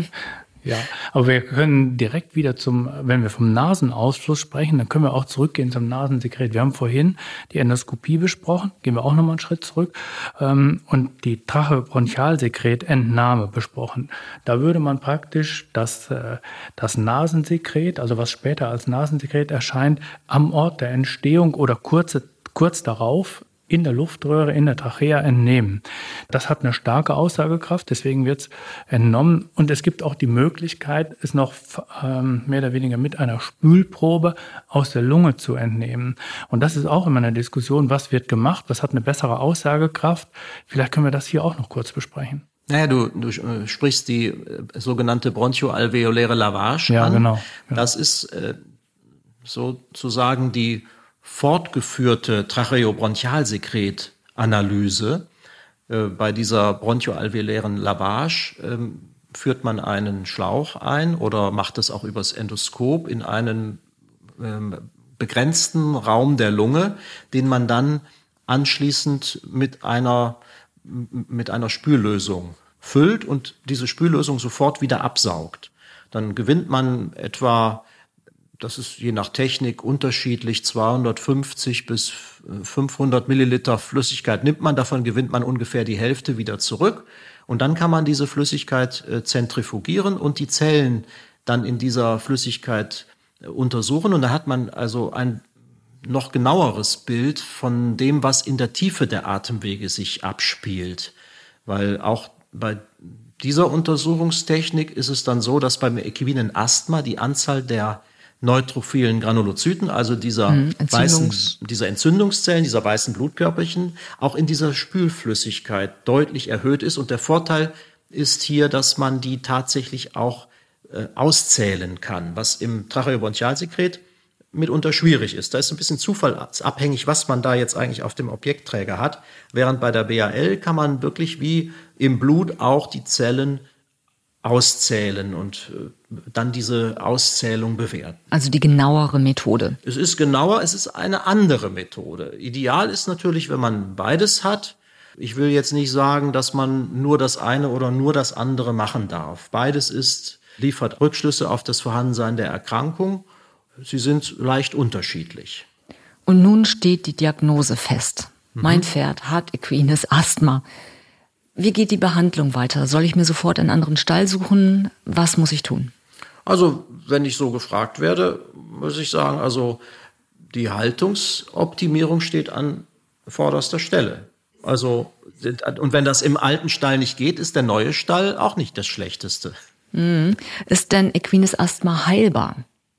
Ja, aber wir können direkt wieder zum, wenn wir vom Nasenausfluss sprechen, dann können wir auch zurückgehen zum Nasensekret. Wir haben vorhin die Endoskopie besprochen, gehen wir auch nochmal einen Schritt zurück, und die Tracheobronchialsekretentnahme besprochen. Da würde man praktisch das, das Nasensekret, also was später als Nasensekret erscheint, am Ort der Entstehung oder kurze, kurz darauf in der Luftröhre, in der Trachea entnehmen. Das hat eine starke Aussagekraft, deswegen wird es entnommen. Und es gibt auch die Möglichkeit, es noch ähm, mehr oder weniger mit einer Spülprobe aus der Lunge zu entnehmen. Und das ist auch immer eine Diskussion, was wird gemacht, was hat eine bessere Aussagekraft. Vielleicht können wir das hier auch noch kurz besprechen. Naja, du, du sprichst die äh, sogenannte bronchoalveoläre Lavage ja, an. Genau, ja. Das ist äh, sozusagen die fortgeführte Tracheobronchialsekretanalyse. Äh, bei dieser bronchoalveolären Lavage äh, führt man einen Schlauch ein oder macht es auch übers Endoskop in einen äh, begrenzten Raum der Lunge, den man dann anschließend mit einer mit einer Spüllösung füllt und diese Spüllösung sofort wieder absaugt. Dann gewinnt man etwa, das ist je nach Technik unterschiedlich, zweihundertfünfzig bis fünfhundert Milliliter Flüssigkeit nimmt man, davon gewinnt man ungefähr die Hälfte wieder zurück. Und dann kann man diese Flüssigkeit äh, zentrifugieren und die Zellen dann in dieser Flüssigkeit äh, untersuchen. Und da hat man also ein noch genaueres Bild von dem, was in der Tiefe der Atemwege sich abspielt. Weil auch bei dieser Untersuchungstechnik ist es dann so, dass beim equinen Asthma die Anzahl der neutrophilen Granulozyten, also dieser, hm, weißen, dieser Entzündungszellen, dieser weißen Blutkörperchen, auch in dieser Spülflüssigkeit deutlich erhöht ist. Und der Vorteil ist hier, dass man die tatsächlich auch äh, auszählen kann, was im Tracheobronchialsekret mitunter schwierig ist. Da ist ein bisschen zufallsabhängig, was man da jetzt eigentlich auf dem Objektträger hat. Während bei der B A L kann man wirklich wie im Blut auch die Zellen auszählen und äh, dann diese Auszählung bewerten. Also die genauere Methode. Es ist genauer, es ist eine andere Methode. Ideal ist natürlich, wenn man beides hat. Ich will jetzt nicht sagen, dass man nur das eine oder nur das andere machen darf. Beides ist, liefert Rückschlüsse auf das Vorhandensein der Erkrankung. Sie sind leicht unterschiedlich. Und nun steht die Diagnose fest. Mhm. Mein Pferd hat equines Asthma. Wie geht die Behandlung weiter? Soll ich mir sofort einen anderen Stall suchen? Was muss ich tun? Also, wenn ich so gefragt werde, muss ich sagen, also die Haltungsoptimierung steht an vorderster Stelle. Also, und wenn das im alten Stall nicht geht, ist der neue Stall auch nicht das Schlechteste. Mhm. Ist denn equines Asthma heilbar?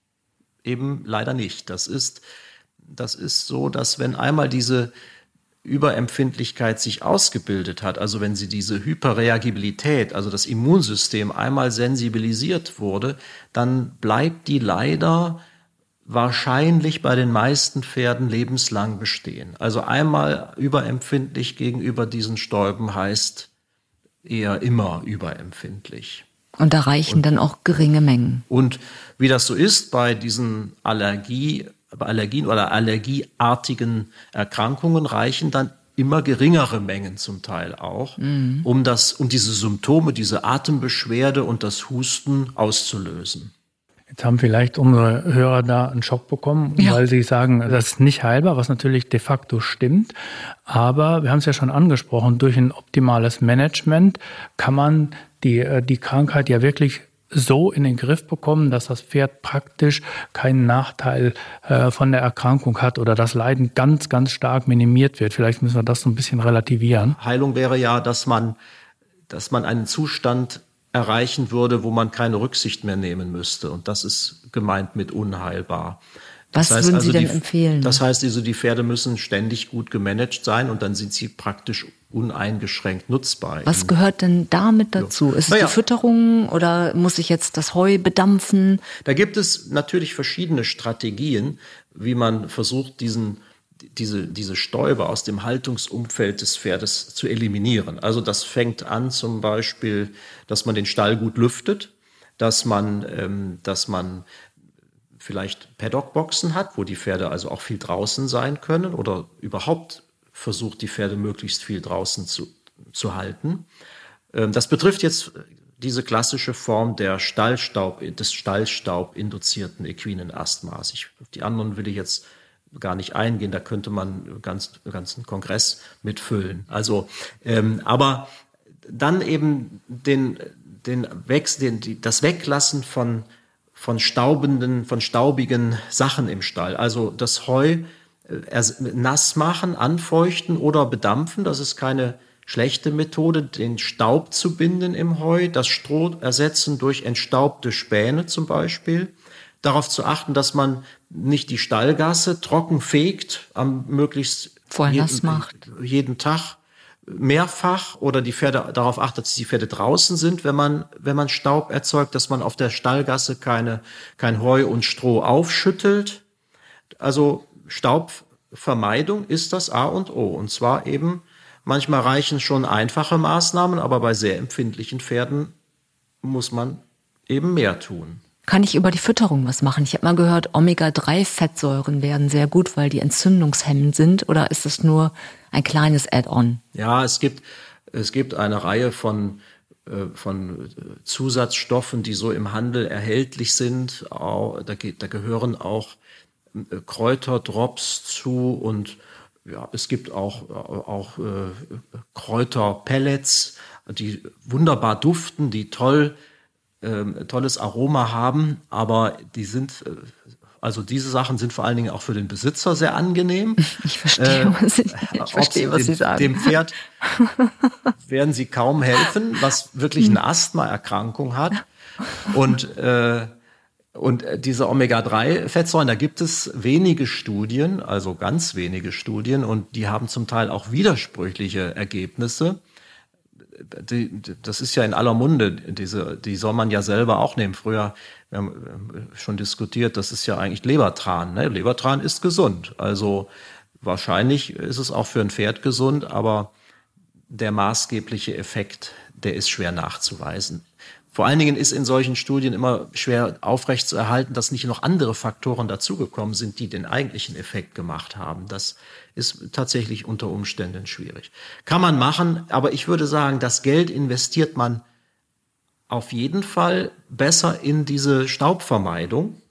Eben leider nicht. Das ist, das ist so, dass wenn einmal diese Überempfindlichkeit sich ausgebildet hat, also wenn sie diese Hyperreagibilität, also das Immunsystem einmal sensibilisiert wurde, dann bleibt die leider wahrscheinlich bei den meisten Pferden lebenslang bestehen. Also einmal überempfindlich gegenüber diesen Stäuben heißt eher immer überempfindlich. Und da reichen und, dann auch geringe Mengen. Und wie das so ist bei diesen Allergie, bei Allergien oder allergieartigen Erkrankungen reichen dann immer geringere Mengen zum Teil auch, mhm. um das, um diese Symptome, diese Atembeschwerde und das Husten auszulösen. Jetzt haben vielleicht unsere Hörer da einen Schock bekommen, ja. weil sie sagen, das ist nicht heilbar, was natürlich de facto stimmt. Aber wir haben es ja schon angesprochen, durch ein optimales Management kann man die, die Krankheit ja wirklich so in den Griff bekommen, dass das Pferd praktisch keinen Nachteil äh, von der Erkrankung hat oder das Leiden ganz, ganz stark minimiert wird. Vielleicht müssen wir das so ein bisschen relativieren. Heilung wäre ja, dass man, dass man einen Zustand erreichen würde, wo man keine Rücksicht mehr nehmen müsste. Und das ist gemeint mit unheilbar. Was das heißt würden also Sie denn die, empfehlen? Das heißt also, die Pferde müssen ständig gut gemanagt sein und dann sind sie praktisch uneingeschränkt nutzbar. Was gehört denn damit dazu? Ja. Ist es naja. die Fütterung oder muss ich jetzt das Heu bedampfen? Da gibt es natürlich verschiedene Strategien, wie man versucht, diesen diese, diese Stäube aus dem Haltungsumfeld des Pferdes zu eliminieren. Also das fängt an zum Beispiel, dass man den Stall gut lüftet, dass man, ähm, dass man vielleicht Paddock-Boxen hat, wo die Pferde also auch viel draußen sein können oder überhaupt versucht, die Pferde möglichst viel draußen zu, zu halten. Ähm, das betrifft jetzt diese klassische Form der Stallstaub, des Stallstaub-induzierten equinen Asthmas. Ich, auf die anderen will ich jetzt gar nicht eingehen, da könnte man ganz ganzen Kongress mitfüllen. Also, ähm, aber dann eben den den Wechsel, den, die, das Weglassen von von staubenden, von staubigen Sachen im Stall. Also das Heu äh, nass machen, anfeuchten oder bedampfen. Das ist keine schlechte Methode, den Staub zu binden im Heu, das Stroh ersetzen durch entstaubte Späne zum Beispiel. Darauf zu achten, dass man nicht die Stallgasse trocken fegt, am möglichst vorher nass macht. jeden Tag mehrfach oder die Pferde darauf achtet, dass die Pferde draußen sind, wenn man wenn man Staub erzeugt, dass man auf der Stallgasse keine kein Heu und Stroh aufschüttelt. Also Staubvermeidung ist das A und O und zwar eben manchmal reichen schon einfache Maßnahmen, aber bei sehr empfindlichen Pferden muss man eben mehr tun. Kann ich über die Fütterung was machen? Ich habe mal gehört, Omega drei Fettsäuren werden sehr gut, weil die entzündungshemmend sind. Oder ist das nur ein kleines Add-on? Ja, es gibt Es gibt eine Reihe von, äh, von Zusatzstoffen, die so im Handel erhältlich sind. Auch, da, da gehören auch äh, Kräuterdrops zu und ja, es gibt auch, auch äh, Kräuterpellets, die wunderbar duften, die toll, äh, tolles Aroma haben, aber die sind, äh, also diese Sachen sind vor allen Dingen auch für den Besitzer sehr angenehm. Ich verstehe, äh, was, ich, ich verstehe, was dem, Sie sagen. Dem Pferd werden sie kaum helfen, was wirklich eine Asthmaerkrankung hat. Und äh, Und diese Omega drei Fettsäuren, da gibt es wenige Studien, also ganz wenige Studien, und die haben zum Teil auch widersprüchliche Ergebnisse. Die, das ist ja in aller Munde, diese, die soll man ja selber auch nehmen. Früher, wir haben schon diskutiert, das ist ja eigentlich Lebertran. Ne? Lebertran ist gesund, also wahrscheinlich ist es auch für ein Pferd gesund, aber der maßgebliche Effekt, der ist schwer nachzuweisen. Vor allen Dingen ist in solchen Studien immer schwer aufrechtzuerhalten, dass nicht noch andere Faktoren dazugekommen sind, die den eigentlichen Effekt gemacht haben. Das ist tatsächlich unter Umständen schwierig. Kann man machen, aber ich würde sagen, das Geld investiert man auf jeden Fall besser in diese Staubvermeidung.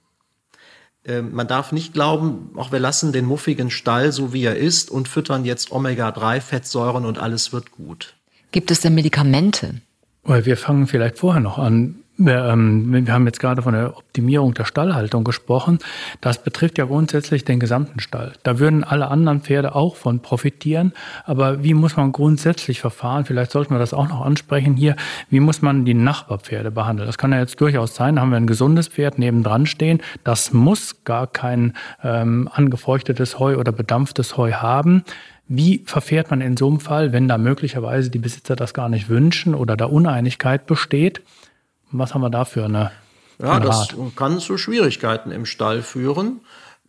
Äh, man darf nicht glauben, auch wir lassen den muffigen Stall so wie er ist und füttern jetzt Omega drei Fettsäuren und alles wird gut. Gibt es denn Medikamente? Wir fangen vielleicht vorher noch an. Wir, ähm, wir haben jetzt gerade von der Optimierung der Stallhaltung gesprochen. Das betrifft ja grundsätzlich den gesamten Stall. Da würden alle anderen Pferde auch von profitieren. Aber wie muss man grundsätzlich verfahren? Vielleicht sollten wir das auch noch ansprechen hier. Wie muss man die Nachbarpferde behandeln? Das kann ja jetzt durchaus sein. Da haben wir ein gesundes Pferd nebendran stehen. Das muss gar kein ähm, angefeuchtetes Heu oder bedampftes Heu haben. Wie verfährt man in so einem Fall, wenn da möglicherweise die Besitzer das gar nicht wünschen oder da Uneinigkeit besteht? Was haben wir da für eine Ja, einen das Rat? Kann zu Schwierigkeiten im Stall führen.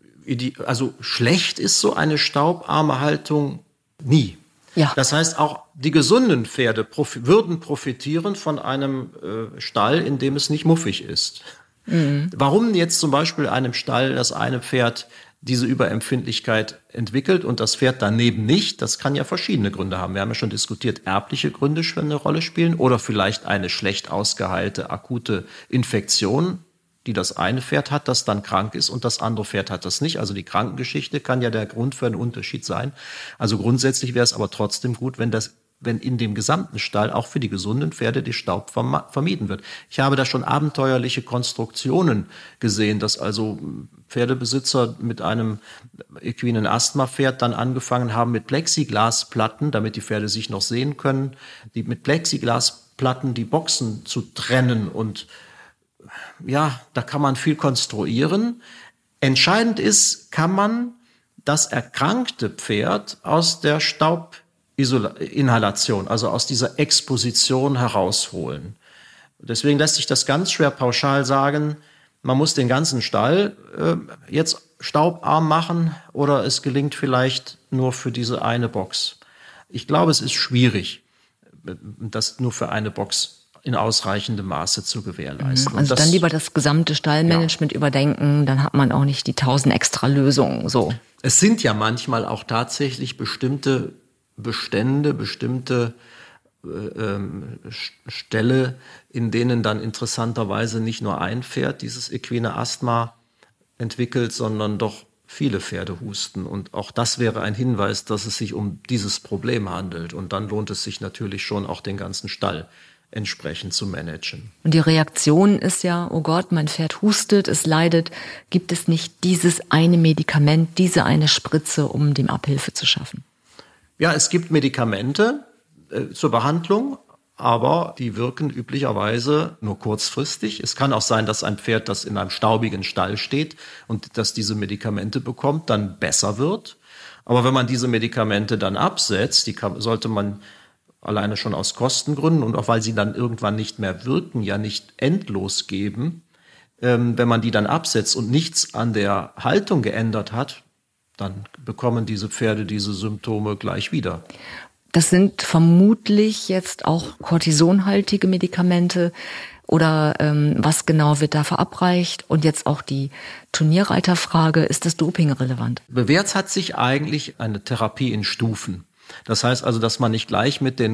Also schlecht ist so eine staubarme Haltung nie. Ja. Das heißt, auch die gesunden Pferde profi- würden profitieren von einem äh, Stall, in dem es nicht muffig ist. Mhm. Warum jetzt zum Beispiel einem Stall das eine Pferd diese Überempfindlichkeit entwickelt und das Pferd daneben nicht, das kann ja verschiedene Gründe haben. Wir haben ja schon diskutiert, erbliche Gründe können eine Rolle spielen oder vielleicht eine schlecht ausgeheilte akute Infektion, die das eine Pferd hat, das dann krank ist und das andere Pferd hat das nicht. Also die Krankengeschichte kann ja der Grund für einen Unterschied sein. Also grundsätzlich wäre es aber trotzdem gut, wenn das wenn in dem gesamten Stall auch für die gesunden Pferde die Staub vermieden wird. Ich habe da schon abenteuerliche Konstruktionen gesehen, dass also Pferdebesitzer mit einem equinen Asthma-Pferd dann angefangen haben mit Plexiglasplatten, damit die Pferde sich noch sehen können, die mit Plexiglasplatten die Boxen zu trennen. Und ja, da kann man viel konstruieren. Entscheidend ist, kann man das erkrankte Pferd aus der Staub Inhalation, also aus dieser Exposition herausholen. Deswegen lässt sich das ganz schwer pauschal sagen, man muss den ganzen Stall äh, jetzt staubarm machen oder es gelingt vielleicht nur für diese eine Box. Ich glaube, es ist schwierig, das nur für eine Box in ausreichendem Maße zu gewährleisten. Also das, dann lieber das gesamte Stallmanagement ja. überdenken, dann hat man auch nicht die tausend extra Lösungen. So. Es sind ja manchmal auch tatsächlich bestimmte Bestände, bestimmte äh, ähm, Ställe, in denen dann interessanterweise nicht nur ein Pferd dieses equine Asthma entwickelt, sondern doch viele Pferde husten. Und auch das wäre ein Hinweis, dass es sich um dieses Problem handelt. Und dann lohnt es sich natürlich schon, auch den ganzen Stall entsprechend zu managen. Und die Reaktion ist ja, oh Gott, mein Pferd hustet, es leidet. Gibt es nicht dieses eine Medikament, diese eine Spritze, um dem Abhilfe zu schaffen? Ja, es gibt Medikamente äh, zur Behandlung, aber die wirken üblicherweise nur kurzfristig. Es kann auch sein, dass ein Pferd, das in einem staubigen Stall steht und das diese Medikamente bekommt, dann besser wird. Aber wenn man diese Medikamente dann absetzt, die kann, sollte man alleine schon aus Kostengründen und auch weil sie dann irgendwann nicht mehr wirken, ja nicht endlos geben, ähm, wenn man die dann absetzt und nichts an der Haltung geändert hat, dann bekommen diese Pferde diese Symptome gleich wieder. Das sind vermutlich jetzt auch kortisonhaltige Medikamente oder ähm, was genau wird da verabreicht? Und jetzt auch die Turnierreiterfrage, ist das Doping relevant? Bewährt hat sich eigentlich eine Therapie in Stufen. Das heißt also, dass man nicht gleich mit den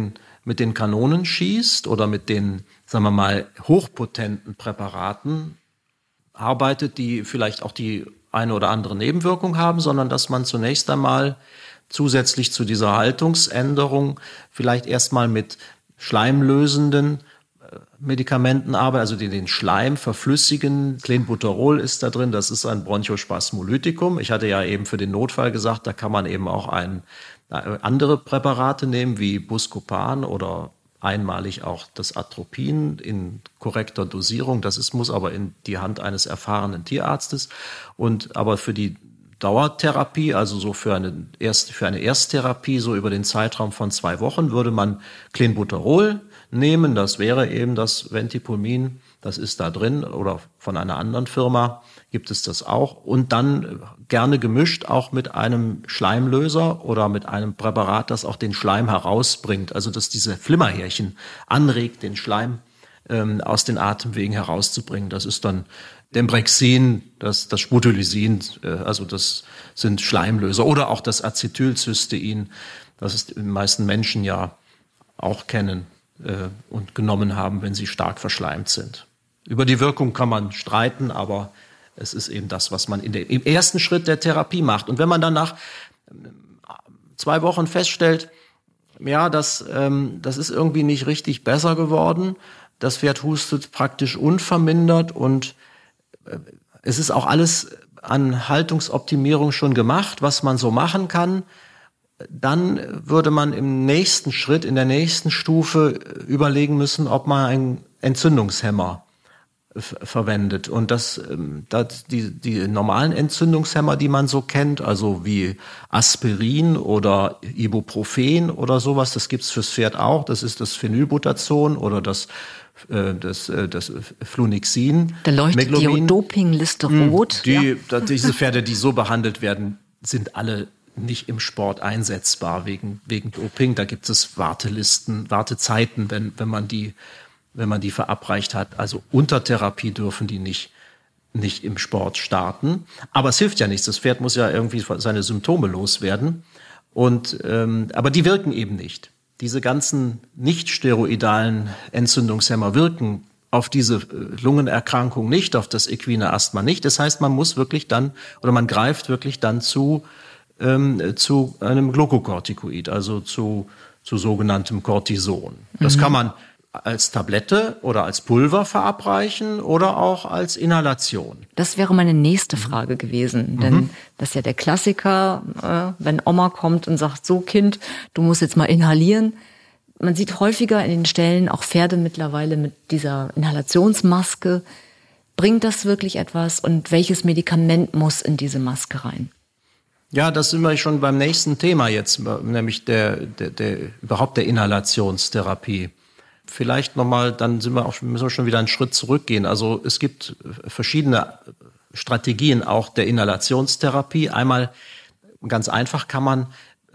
mit den Kanonen schießt oder mit den, sagen wir mal, hochpotenten Präparaten arbeitet, die vielleicht auch die eine oder andere Nebenwirkung haben, sondern dass man zunächst einmal zusätzlich zu dieser Haltungsänderung vielleicht erstmal mit schleimlösenden Medikamenten arbeitet, also die den Schleim verflüssigen. Clenbuterol ist da drin, das ist ein Bronchospasmolytikum. Ich hatte ja eben für den Notfall gesagt, da kann man eben auch ein, andere Präparate nehmen, wie Buscopan oder einmalig auch das Atropin in korrekter Dosierung. Das ist, muss aber in die Hand eines erfahrenen Tierarztes. Und aber für die Dauertherapie, also so für eine, Erst, für eine Ersttherapie, so über den Zeitraum von zwei Wochen, würde man Clenbuterol nehmen. Das wäre eben das Ventipulmin, das ist da drin, oder von einer anderen Firma gibt es das auch. Und dann gerne gemischt auch mit einem Schleimlöser oder mit einem Präparat, das auch den Schleim herausbringt. Also dass diese Flimmerhärchen anregt, den Schleim ähm, aus den Atemwegen herauszubringen. Das ist dann Dembrexin, das, das Sputolysin, äh, also das sind Schleimlöser. Oder auch das Acetylcystein, das es die meisten Menschen ja auch kennen äh, und genommen haben, wenn sie stark verschleimt sind. Über die Wirkung kann man streiten, aber es ist eben das, was man in der, im ersten Schritt der Therapie macht. Und wenn man dann nach zwei Wochen feststellt, ja, das, ähm, das ist irgendwie nicht richtig besser geworden, das Pferd hustet praktisch unvermindert und äh, es ist auch alles an Haltungsoptimierung schon gemacht, was man so machen kann, dann würde man im nächsten Schritt, in der nächsten Stufe überlegen müssen, ob man einen Entzündungshemmer verwendet. Und das, das die, die normalen Entzündungshemmer, die man so kennt, also wie Aspirin oder Ibuprofen oder sowas, das gibt's fürs Pferd auch. Das ist das Phenylbutazon oder das das, das Flunixin. Da leuchtet Meglobin. Die Dopingliste rot. Die, ja. Diese Pferde, die so behandelt werden, sind alle nicht im Sport einsetzbar wegen, wegen Doping. Da gibt es Wartelisten, Wartezeiten, wenn, wenn man die wenn man die verabreicht hat. Also unter Therapie dürfen die nicht, nicht im Sport starten. Aber es hilft ja nichts. Das Pferd muss ja irgendwie seine Symptome loswerden. Und, ähm, aber die wirken eben nicht. Diese ganzen nicht steroidalen Entzündungshemmer wirken auf diese Lungenerkrankung nicht, auf das equine Asthma nicht. Das heißt, man muss wirklich dann, oder man greift wirklich dann zu, ähm, zu einem Glucocorticoid, also zu, zu sogenanntem Cortison. Das mhm. kann man als Tablette oder als Pulver verabreichen oder auch als Inhalation. Das wäre meine nächste Frage gewesen, mhm. denn das ist ja der Klassiker, äh, wenn Oma kommt und sagt, so Kind, du musst jetzt mal inhalieren. Man sieht häufiger in den Ställen auch Pferde mittlerweile mit dieser Inhalationsmaske. Bringt das wirklich etwas und welches Medikament muss in diese Maske rein? Ja, das sind wir schon beim nächsten Thema jetzt, nämlich der, der, der überhaupt der Inhalationstherapie. Vielleicht nochmal, dann sind wir auch, müssen wir schon wieder einen Schritt zurückgehen. Also es gibt verschiedene Strategien auch der Inhalationstherapie. Einmal, ganz einfach, kann man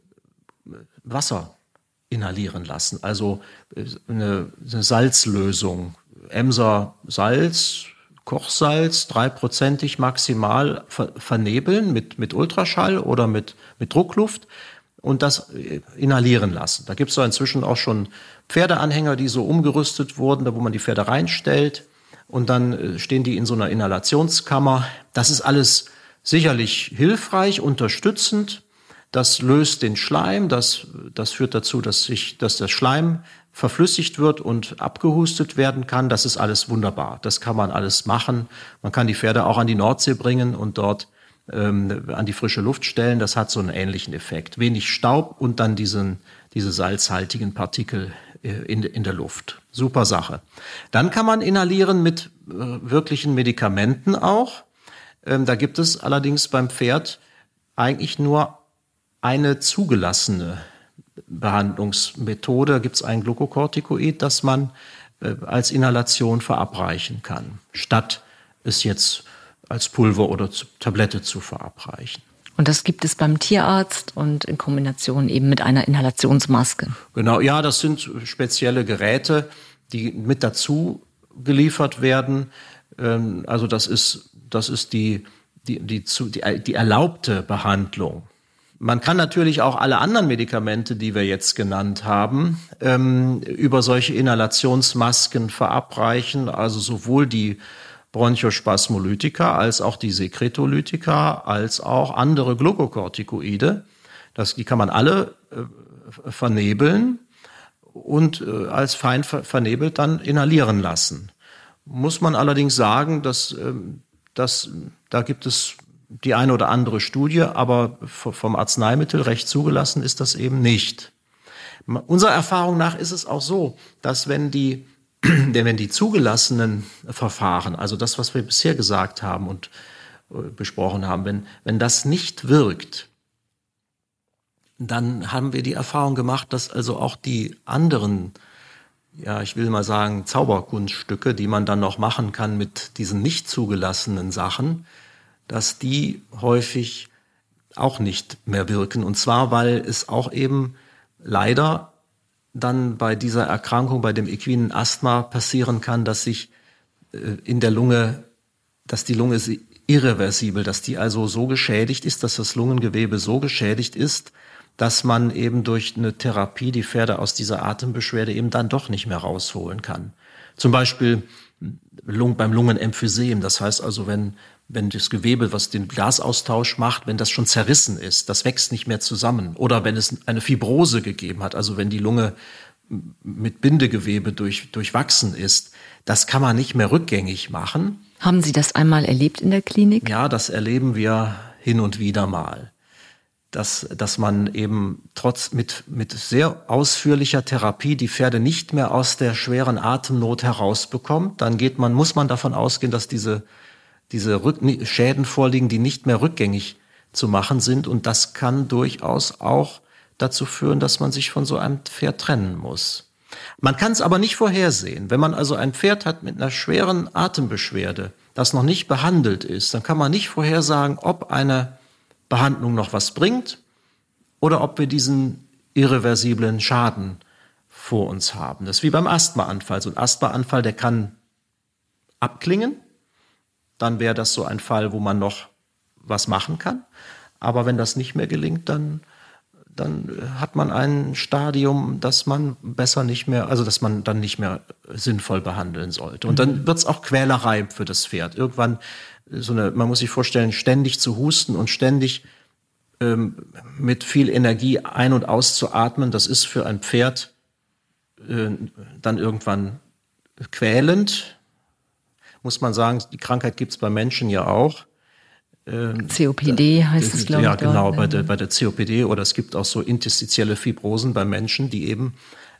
Wasser inhalieren lassen. Also eine, eine Salzlösung, Emser Salz, Kochsalz, dreiprozentig maximal ver, vernebeln mit, mit Ultraschall oder mit, mit Druckluft und das inhalieren lassen. Da gibt es so inzwischen auch schon Pferdeanhänger, die so umgerüstet wurden, da wo man die Pferde reinstellt und dann stehen die in so einer Inhalationskammer. Das ist alles sicherlich hilfreich, unterstützend. Das löst den Schleim, das, das führt dazu, dass sich, dass der Schleim verflüssigt wird und abgehustet werden kann. Das ist alles wunderbar. Das kann man alles machen. Man kann die Pferde auch an die Nordsee bringen und dort ähm, an die frische Luft stellen. Das hat so einen ähnlichen Effekt. Wenig Staub und dann diesen, diese salzhaltigen Partikel in, in der Luft. Super Sache. Dann kann man inhalieren mit äh, wirklichen Medikamenten auch. Ähm, da gibt es allerdings beim Pferd eigentlich nur eine zugelassene Behandlungsmethode. Da gibt es ein Glucocorticoid, das man äh, als Inhalation verabreichen kann, statt es jetzt als Pulver oder zu, Tablette zu verabreichen. Und das gibt es beim Tierarzt und in Kombination eben mit einer Inhalationsmaske. Genau, ja, das sind spezielle Geräte, die mit dazu geliefert werden. Ähm, also das ist, das ist die, die, die, die, die erlaubte Behandlung Man kann natürlich auch alle anderen Medikamente, die wir jetzt genannt haben, ähm, über solche Inhalationsmasken verabreichen, also sowohl die Bronchospasmolytika als auch die Sekretolytika, als auch andere Glukokortikoide. Das, die kann man alle äh, vernebeln und äh, als fein ver- vernebelt dann inhalieren lassen. Muss man allerdings sagen, dass, äh, dass da gibt es die eine oder andere Studie, aber vom Arzneimittelrecht zugelassen ist das eben nicht. Unserer Erfahrung nach ist es auch so, dass wenn die, denn wenn die zugelassenen Verfahren, also das, was wir bisher gesagt haben und besprochen haben, wenn, wenn das nicht wirkt, dann haben wir die Erfahrung gemacht, dass also auch die anderen, ja, ich will mal sagen, Zauberkunststücke, die man dann noch machen kann mit diesen nicht zugelassenen Sachen, dass die häufig auch nicht mehr wirken. Und zwar, weil es auch eben leider dann bei dieser Erkrankung, bei dem equinen Asthma passieren kann, dass sich äh, in der Lunge, dass die Lunge irreversibel, dass die also so geschädigt ist, dass das Lungengewebe so geschädigt ist, dass man eben durch eine Therapie die Pferde aus dieser Atembeschwerde eben dann doch nicht mehr rausholen kann. Zum Beispiel beim Lungenemphysem, das heißt also, wenn wenn das Gewebe, was den Gasaustausch macht, wenn das schon zerrissen ist, das wächst nicht mehr zusammen. Oder wenn es eine Fibrose gegeben hat, also wenn die Lunge mit Bindegewebe durch, durchwachsen ist, das kann man nicht mehr rückgängig machen. Haben Sie das einmal erlebt in der Klinik? Ja, das erleben wir hin und wieder mal. Dass, dass man eben trotz mit, mit sehr ausführlicher Therapie die Pferde nicht mehr aus der schweren Atemnot herausbekommt. Dann geht man, muss man davon ausgehen, dass diese diese Rück- Schäden vorliegen, die nicht mehr rückgängig zu machen sind. Und das kann durchaus auch dazu führen, dass man sich von so einem Pferd trennen muss. Man kann es aber nicht vorhersehen. Wenn man also ein Pferd hat mit einer schweren Atembeschwerde, das noch nicht behandelt ist, dann kann man nicht vorhersagen, ob eine Behandlung noch was bringt oder ob wir diesen irreversiblen Schaden vor uns haben. Das ist wie beim Asthmaanfall. So ein Asthmaanfall, der kann abklingen. Dann wäre das so ein Fall, wo man noch was machen kann. Aber wenn das nicht mehr gelingt, dann, dann hat man ein Stadium, das man besser nicht mehr, also das man dann nicht mehr sinnvoll behandeln sollte. Und dann wird es auch Quälerei für das Pferd. Irgendwann, so eine, man muss sich vorstellen, ständig zu husten und ständig ähm, mit viel Energie ein- und auszuatmen, das ist für ein Pferd äh, dann irgendwann quälend. Muss man sagen, die Krankheit gibt es bei Menschen ja auch. Ähm, C O P D heißt es, glaube ich. Ja, genau, bei der, bei der C O P D. Oder es gibt auch so interstitielle Fibrosen bei Menschen, die eben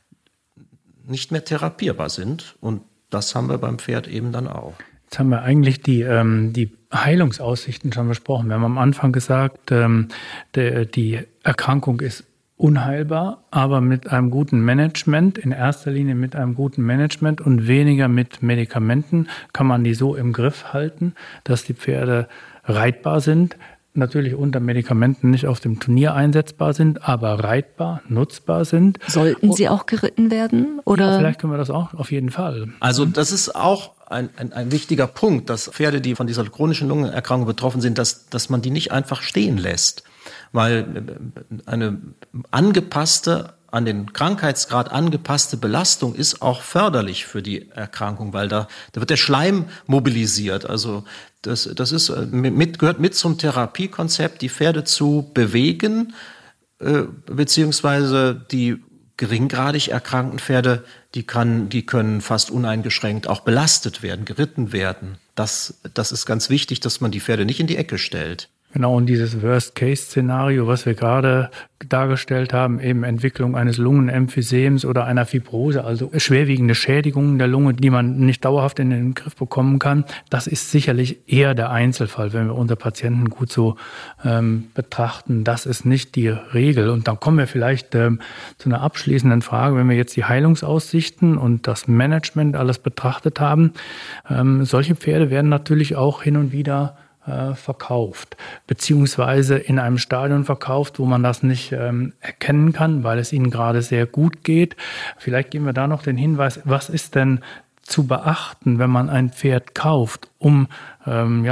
nicht mehr therapierbar sind. Und das haben wir beim Pferd eben dann auch. Jetzt haben wir eigentlich die, ähm, die Heilungsaussichten schon besprochen. Wir haben am Anfang gesagt, ähm, der, die Erkrankung ist unheilbar, aber mit einem guten Management, in erster Linie mit einem guten Management und weniger mit Medikamenten kann man die so im Griff halten, dass die Pferde reitbar sind, natürlich unter Medikamenten nicht auf dem Turnier einsetzbar sind, aber reitbar, nutzbar sind. Sollten sie auch geritten werden? Oder? Ja, vielleicht können wir das auch, auf jeden Fall. Also das ist auch ein, ein, ein wichtiger Punkt, dass Pferde, die von dieser chronischen Lungenerkrankung betroffen sind, dass, dass man die nicht einfach stehen lässt. Weil eine angepasste, an den Krankheitsgrad angepasste Belastung ist auch förderlich für die Erkrankung, weil da, da wird der Schleim mobilisiert. Also das, das ist mit, gehört mit zum Therapiekonzept, die Pferde zu bewegen, äh, beziehungsweise die geringgradig erkrankten Pferde, die, kann, die können fast uneingeschränkt auch belastet werden, geritten werden. Das, das ist ganz wichtig, dass man die Pferde nicht in die Ecke stellt. Genau, und dieses Worst-Case-Szenario, was wir gerade dargestellt haben, eben Entwicklung eines Lungenemphysems oder einer Fibrose, also schwerwiegende Schädigungen der Lunge, die man nicht dauerhaft in den Griff bekommen kann, das ist sicherlich eher der Einzelfall, wenn wir unsere Patienten gut so ähm, betrachten. Das ist nicht die Regel. Und dann kommen wir vielleicht ähm, zu einer abschließenden Frage, wenn wir jetzt die Heilungsaussichten und das Management alles betrachtet haben. Ähm, solche Pferde werden natürlich auch hin und wieder verkauft, beziehungsweise in einem Stadion verkauft, wo man das nicht ähm, erkennen kann, weil es ihnen gerade sehr gut geht. Vielleicht geben wir da noch den Hinweis, was ist denn zu beachten, wenn man ein Pferd kauft, um ähm, ja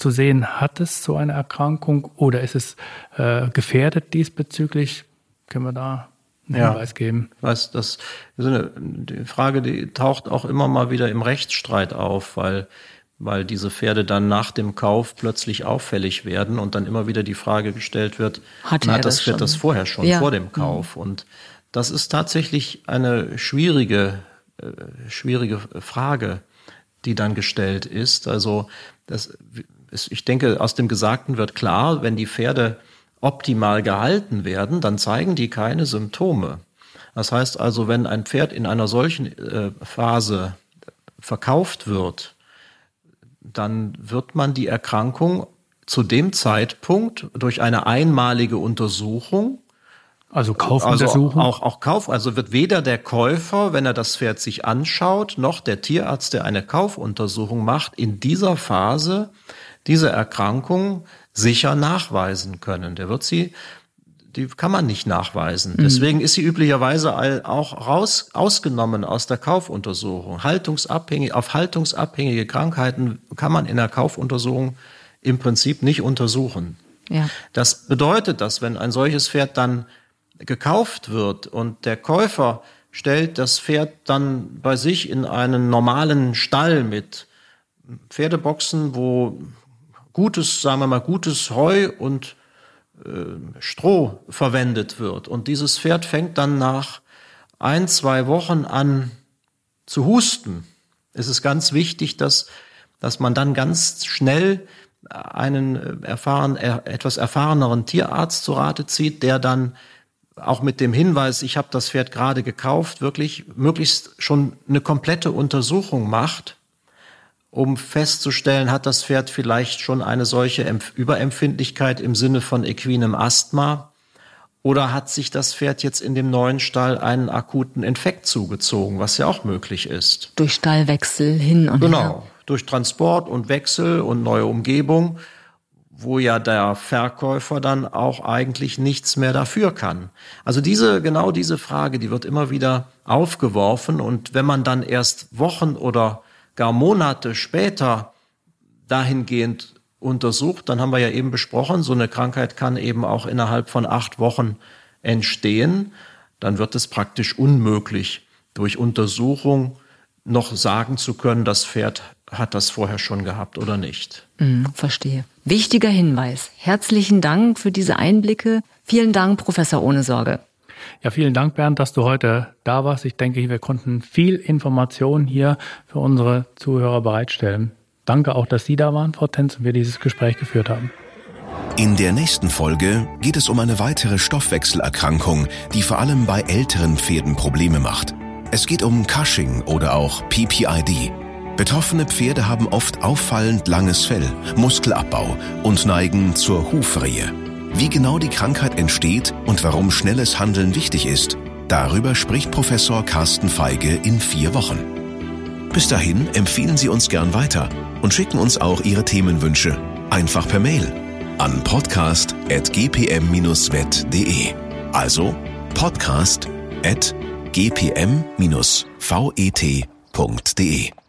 zu sehen, hat es so eine Erkrankung oder ist es äh, gefährdet diesbezüglich? Können wir da einen ja. Hinweis geben? Was, das ist eine die Frage, die taucht auch immer mal wieder im Rechtsstreit auf, weil weil diese Pferde dann nach dem Kauf plötzlich auffällig werden und dann immer wieder die Frage gestellt wird, hat, hat das das Pferd schon? das vorher schon, ja. vor dem Kauf? Mhm. Und das ist tatsächlich eine schwierige, äh, schwierige Frage, die dann gestellt ist. Also das, ist, ich denke, aus dem Gesagten wird klar, wenn die Pferde optimal gehalten werden, dann zeigen die keine Symptome. Das heißt also, wenn ein Pferd in einer solchen äh, Phase verkauft wird, dann wird man die Erkrankung zu dem Zeitpunkt durch eine einmalige Untersuchung, also Kaufuntersuchung, also auch, auch Kauf, also wird weder der Käufer, wenn er das Pferd sich anschaut, noch der Tierarzt, der eine Kaufuntersuchung macht, in dieser Phase diese Erkrankung sicher nachweisen können. Der wird sie, die kann man nicht nachweisen. Mhm. Deswegen ist sie üblicherweise auch raus, ausgenommen aus der Kaufuntersuchung. Haltungsabhängig, auf haltungsabhängige Krankheiten kann man in der Kaufuntersuchung im Prinzip nicht untersuchen. Ja. Das bedeutet, dass wenn ein solches Pferd dann gekauft wird und der Käufer stellt das Pferd dann bei sich in einen normalen Stall mit Pferdeboxen, wo gutes, sagen wir mal, gutes Heu und Stroh verwendet wird und dieses Pferd fängt dann nach ein, zwei Wochen an zu husten. Es ist ganz wichtig, dass, dass man dann ganz schnell einen erfahren, etwas erfahreneren Tierarzt zu Rate zieht, der dann auch mit dem Hinweis, ich habe das Pferd gerade gekauft, wirklich möglichst schon eine komplette Untersuchung macht, um festzustellen, hat das Pferd vielleicht schon eine solche Empf- Überempfindlichkeit im Sinne von equinem Asthma oder hat sich das Pferd jetzt in dem neuen Stall einen akuten Infekt zugezogen, was ja auch möglich ist. Durch Stallwechsel hin und genau, her. Genau, durch Transport und Wechsel und neue Umgebung, wo ja der Verkäufer dann auch eigentlich nichts mehr dafür kann. Also diese, genau diese Frage, die wird immer wieder aufgeworfen und wenn man dann erst Wochen oder gar Monate später dahingehend untersucht, dann haben wir ja eben besprochen, so eine Krankheit kann eben auch innerhalb von acht Wochen entstehen. Dann wird es praktisch unmöglich, durch Untersuchung noch sagen zu können, das Pferd hat das vorher schon gehabt oder nicht. Mm, verstehe. Wichtiger Hinweis. Herzlichen Dank für diese Einblicke. Vielen Dank, Professor Ohnesorge. Ja, vielen Dank, Bernd, dass du heute da warst. Ich denke, wir konnten viel Information hier für unsere Zuhörer bereitstellen. Danke auch, dass Sie da waren, Frau Tenz, und wir dieses Gespräch geführt haben. In der nächsten Folge geht es um eine weitere Stoffwechselerkrankung, die vor allem bei älteren Pferden Probleme macht. Es geht um Cushing oder auch P P I D. Betroffene Pferde haben oft auffallend langes Fell, Muskelabbau und neigen zur Hufrehe. Wie genau die Krankheit entsteht und warum schnelles Handeln wichtig ist, darüber spricht Professor Carsten Feige in vier Wochen. Bis dahin empfehlen Sie uns gern weiter und schicken uns auch Ihre Themenwünsche einfach per Mail an podcast at g p m dash vet punkt d e. Also podcast at g p m dash vet punkt d e.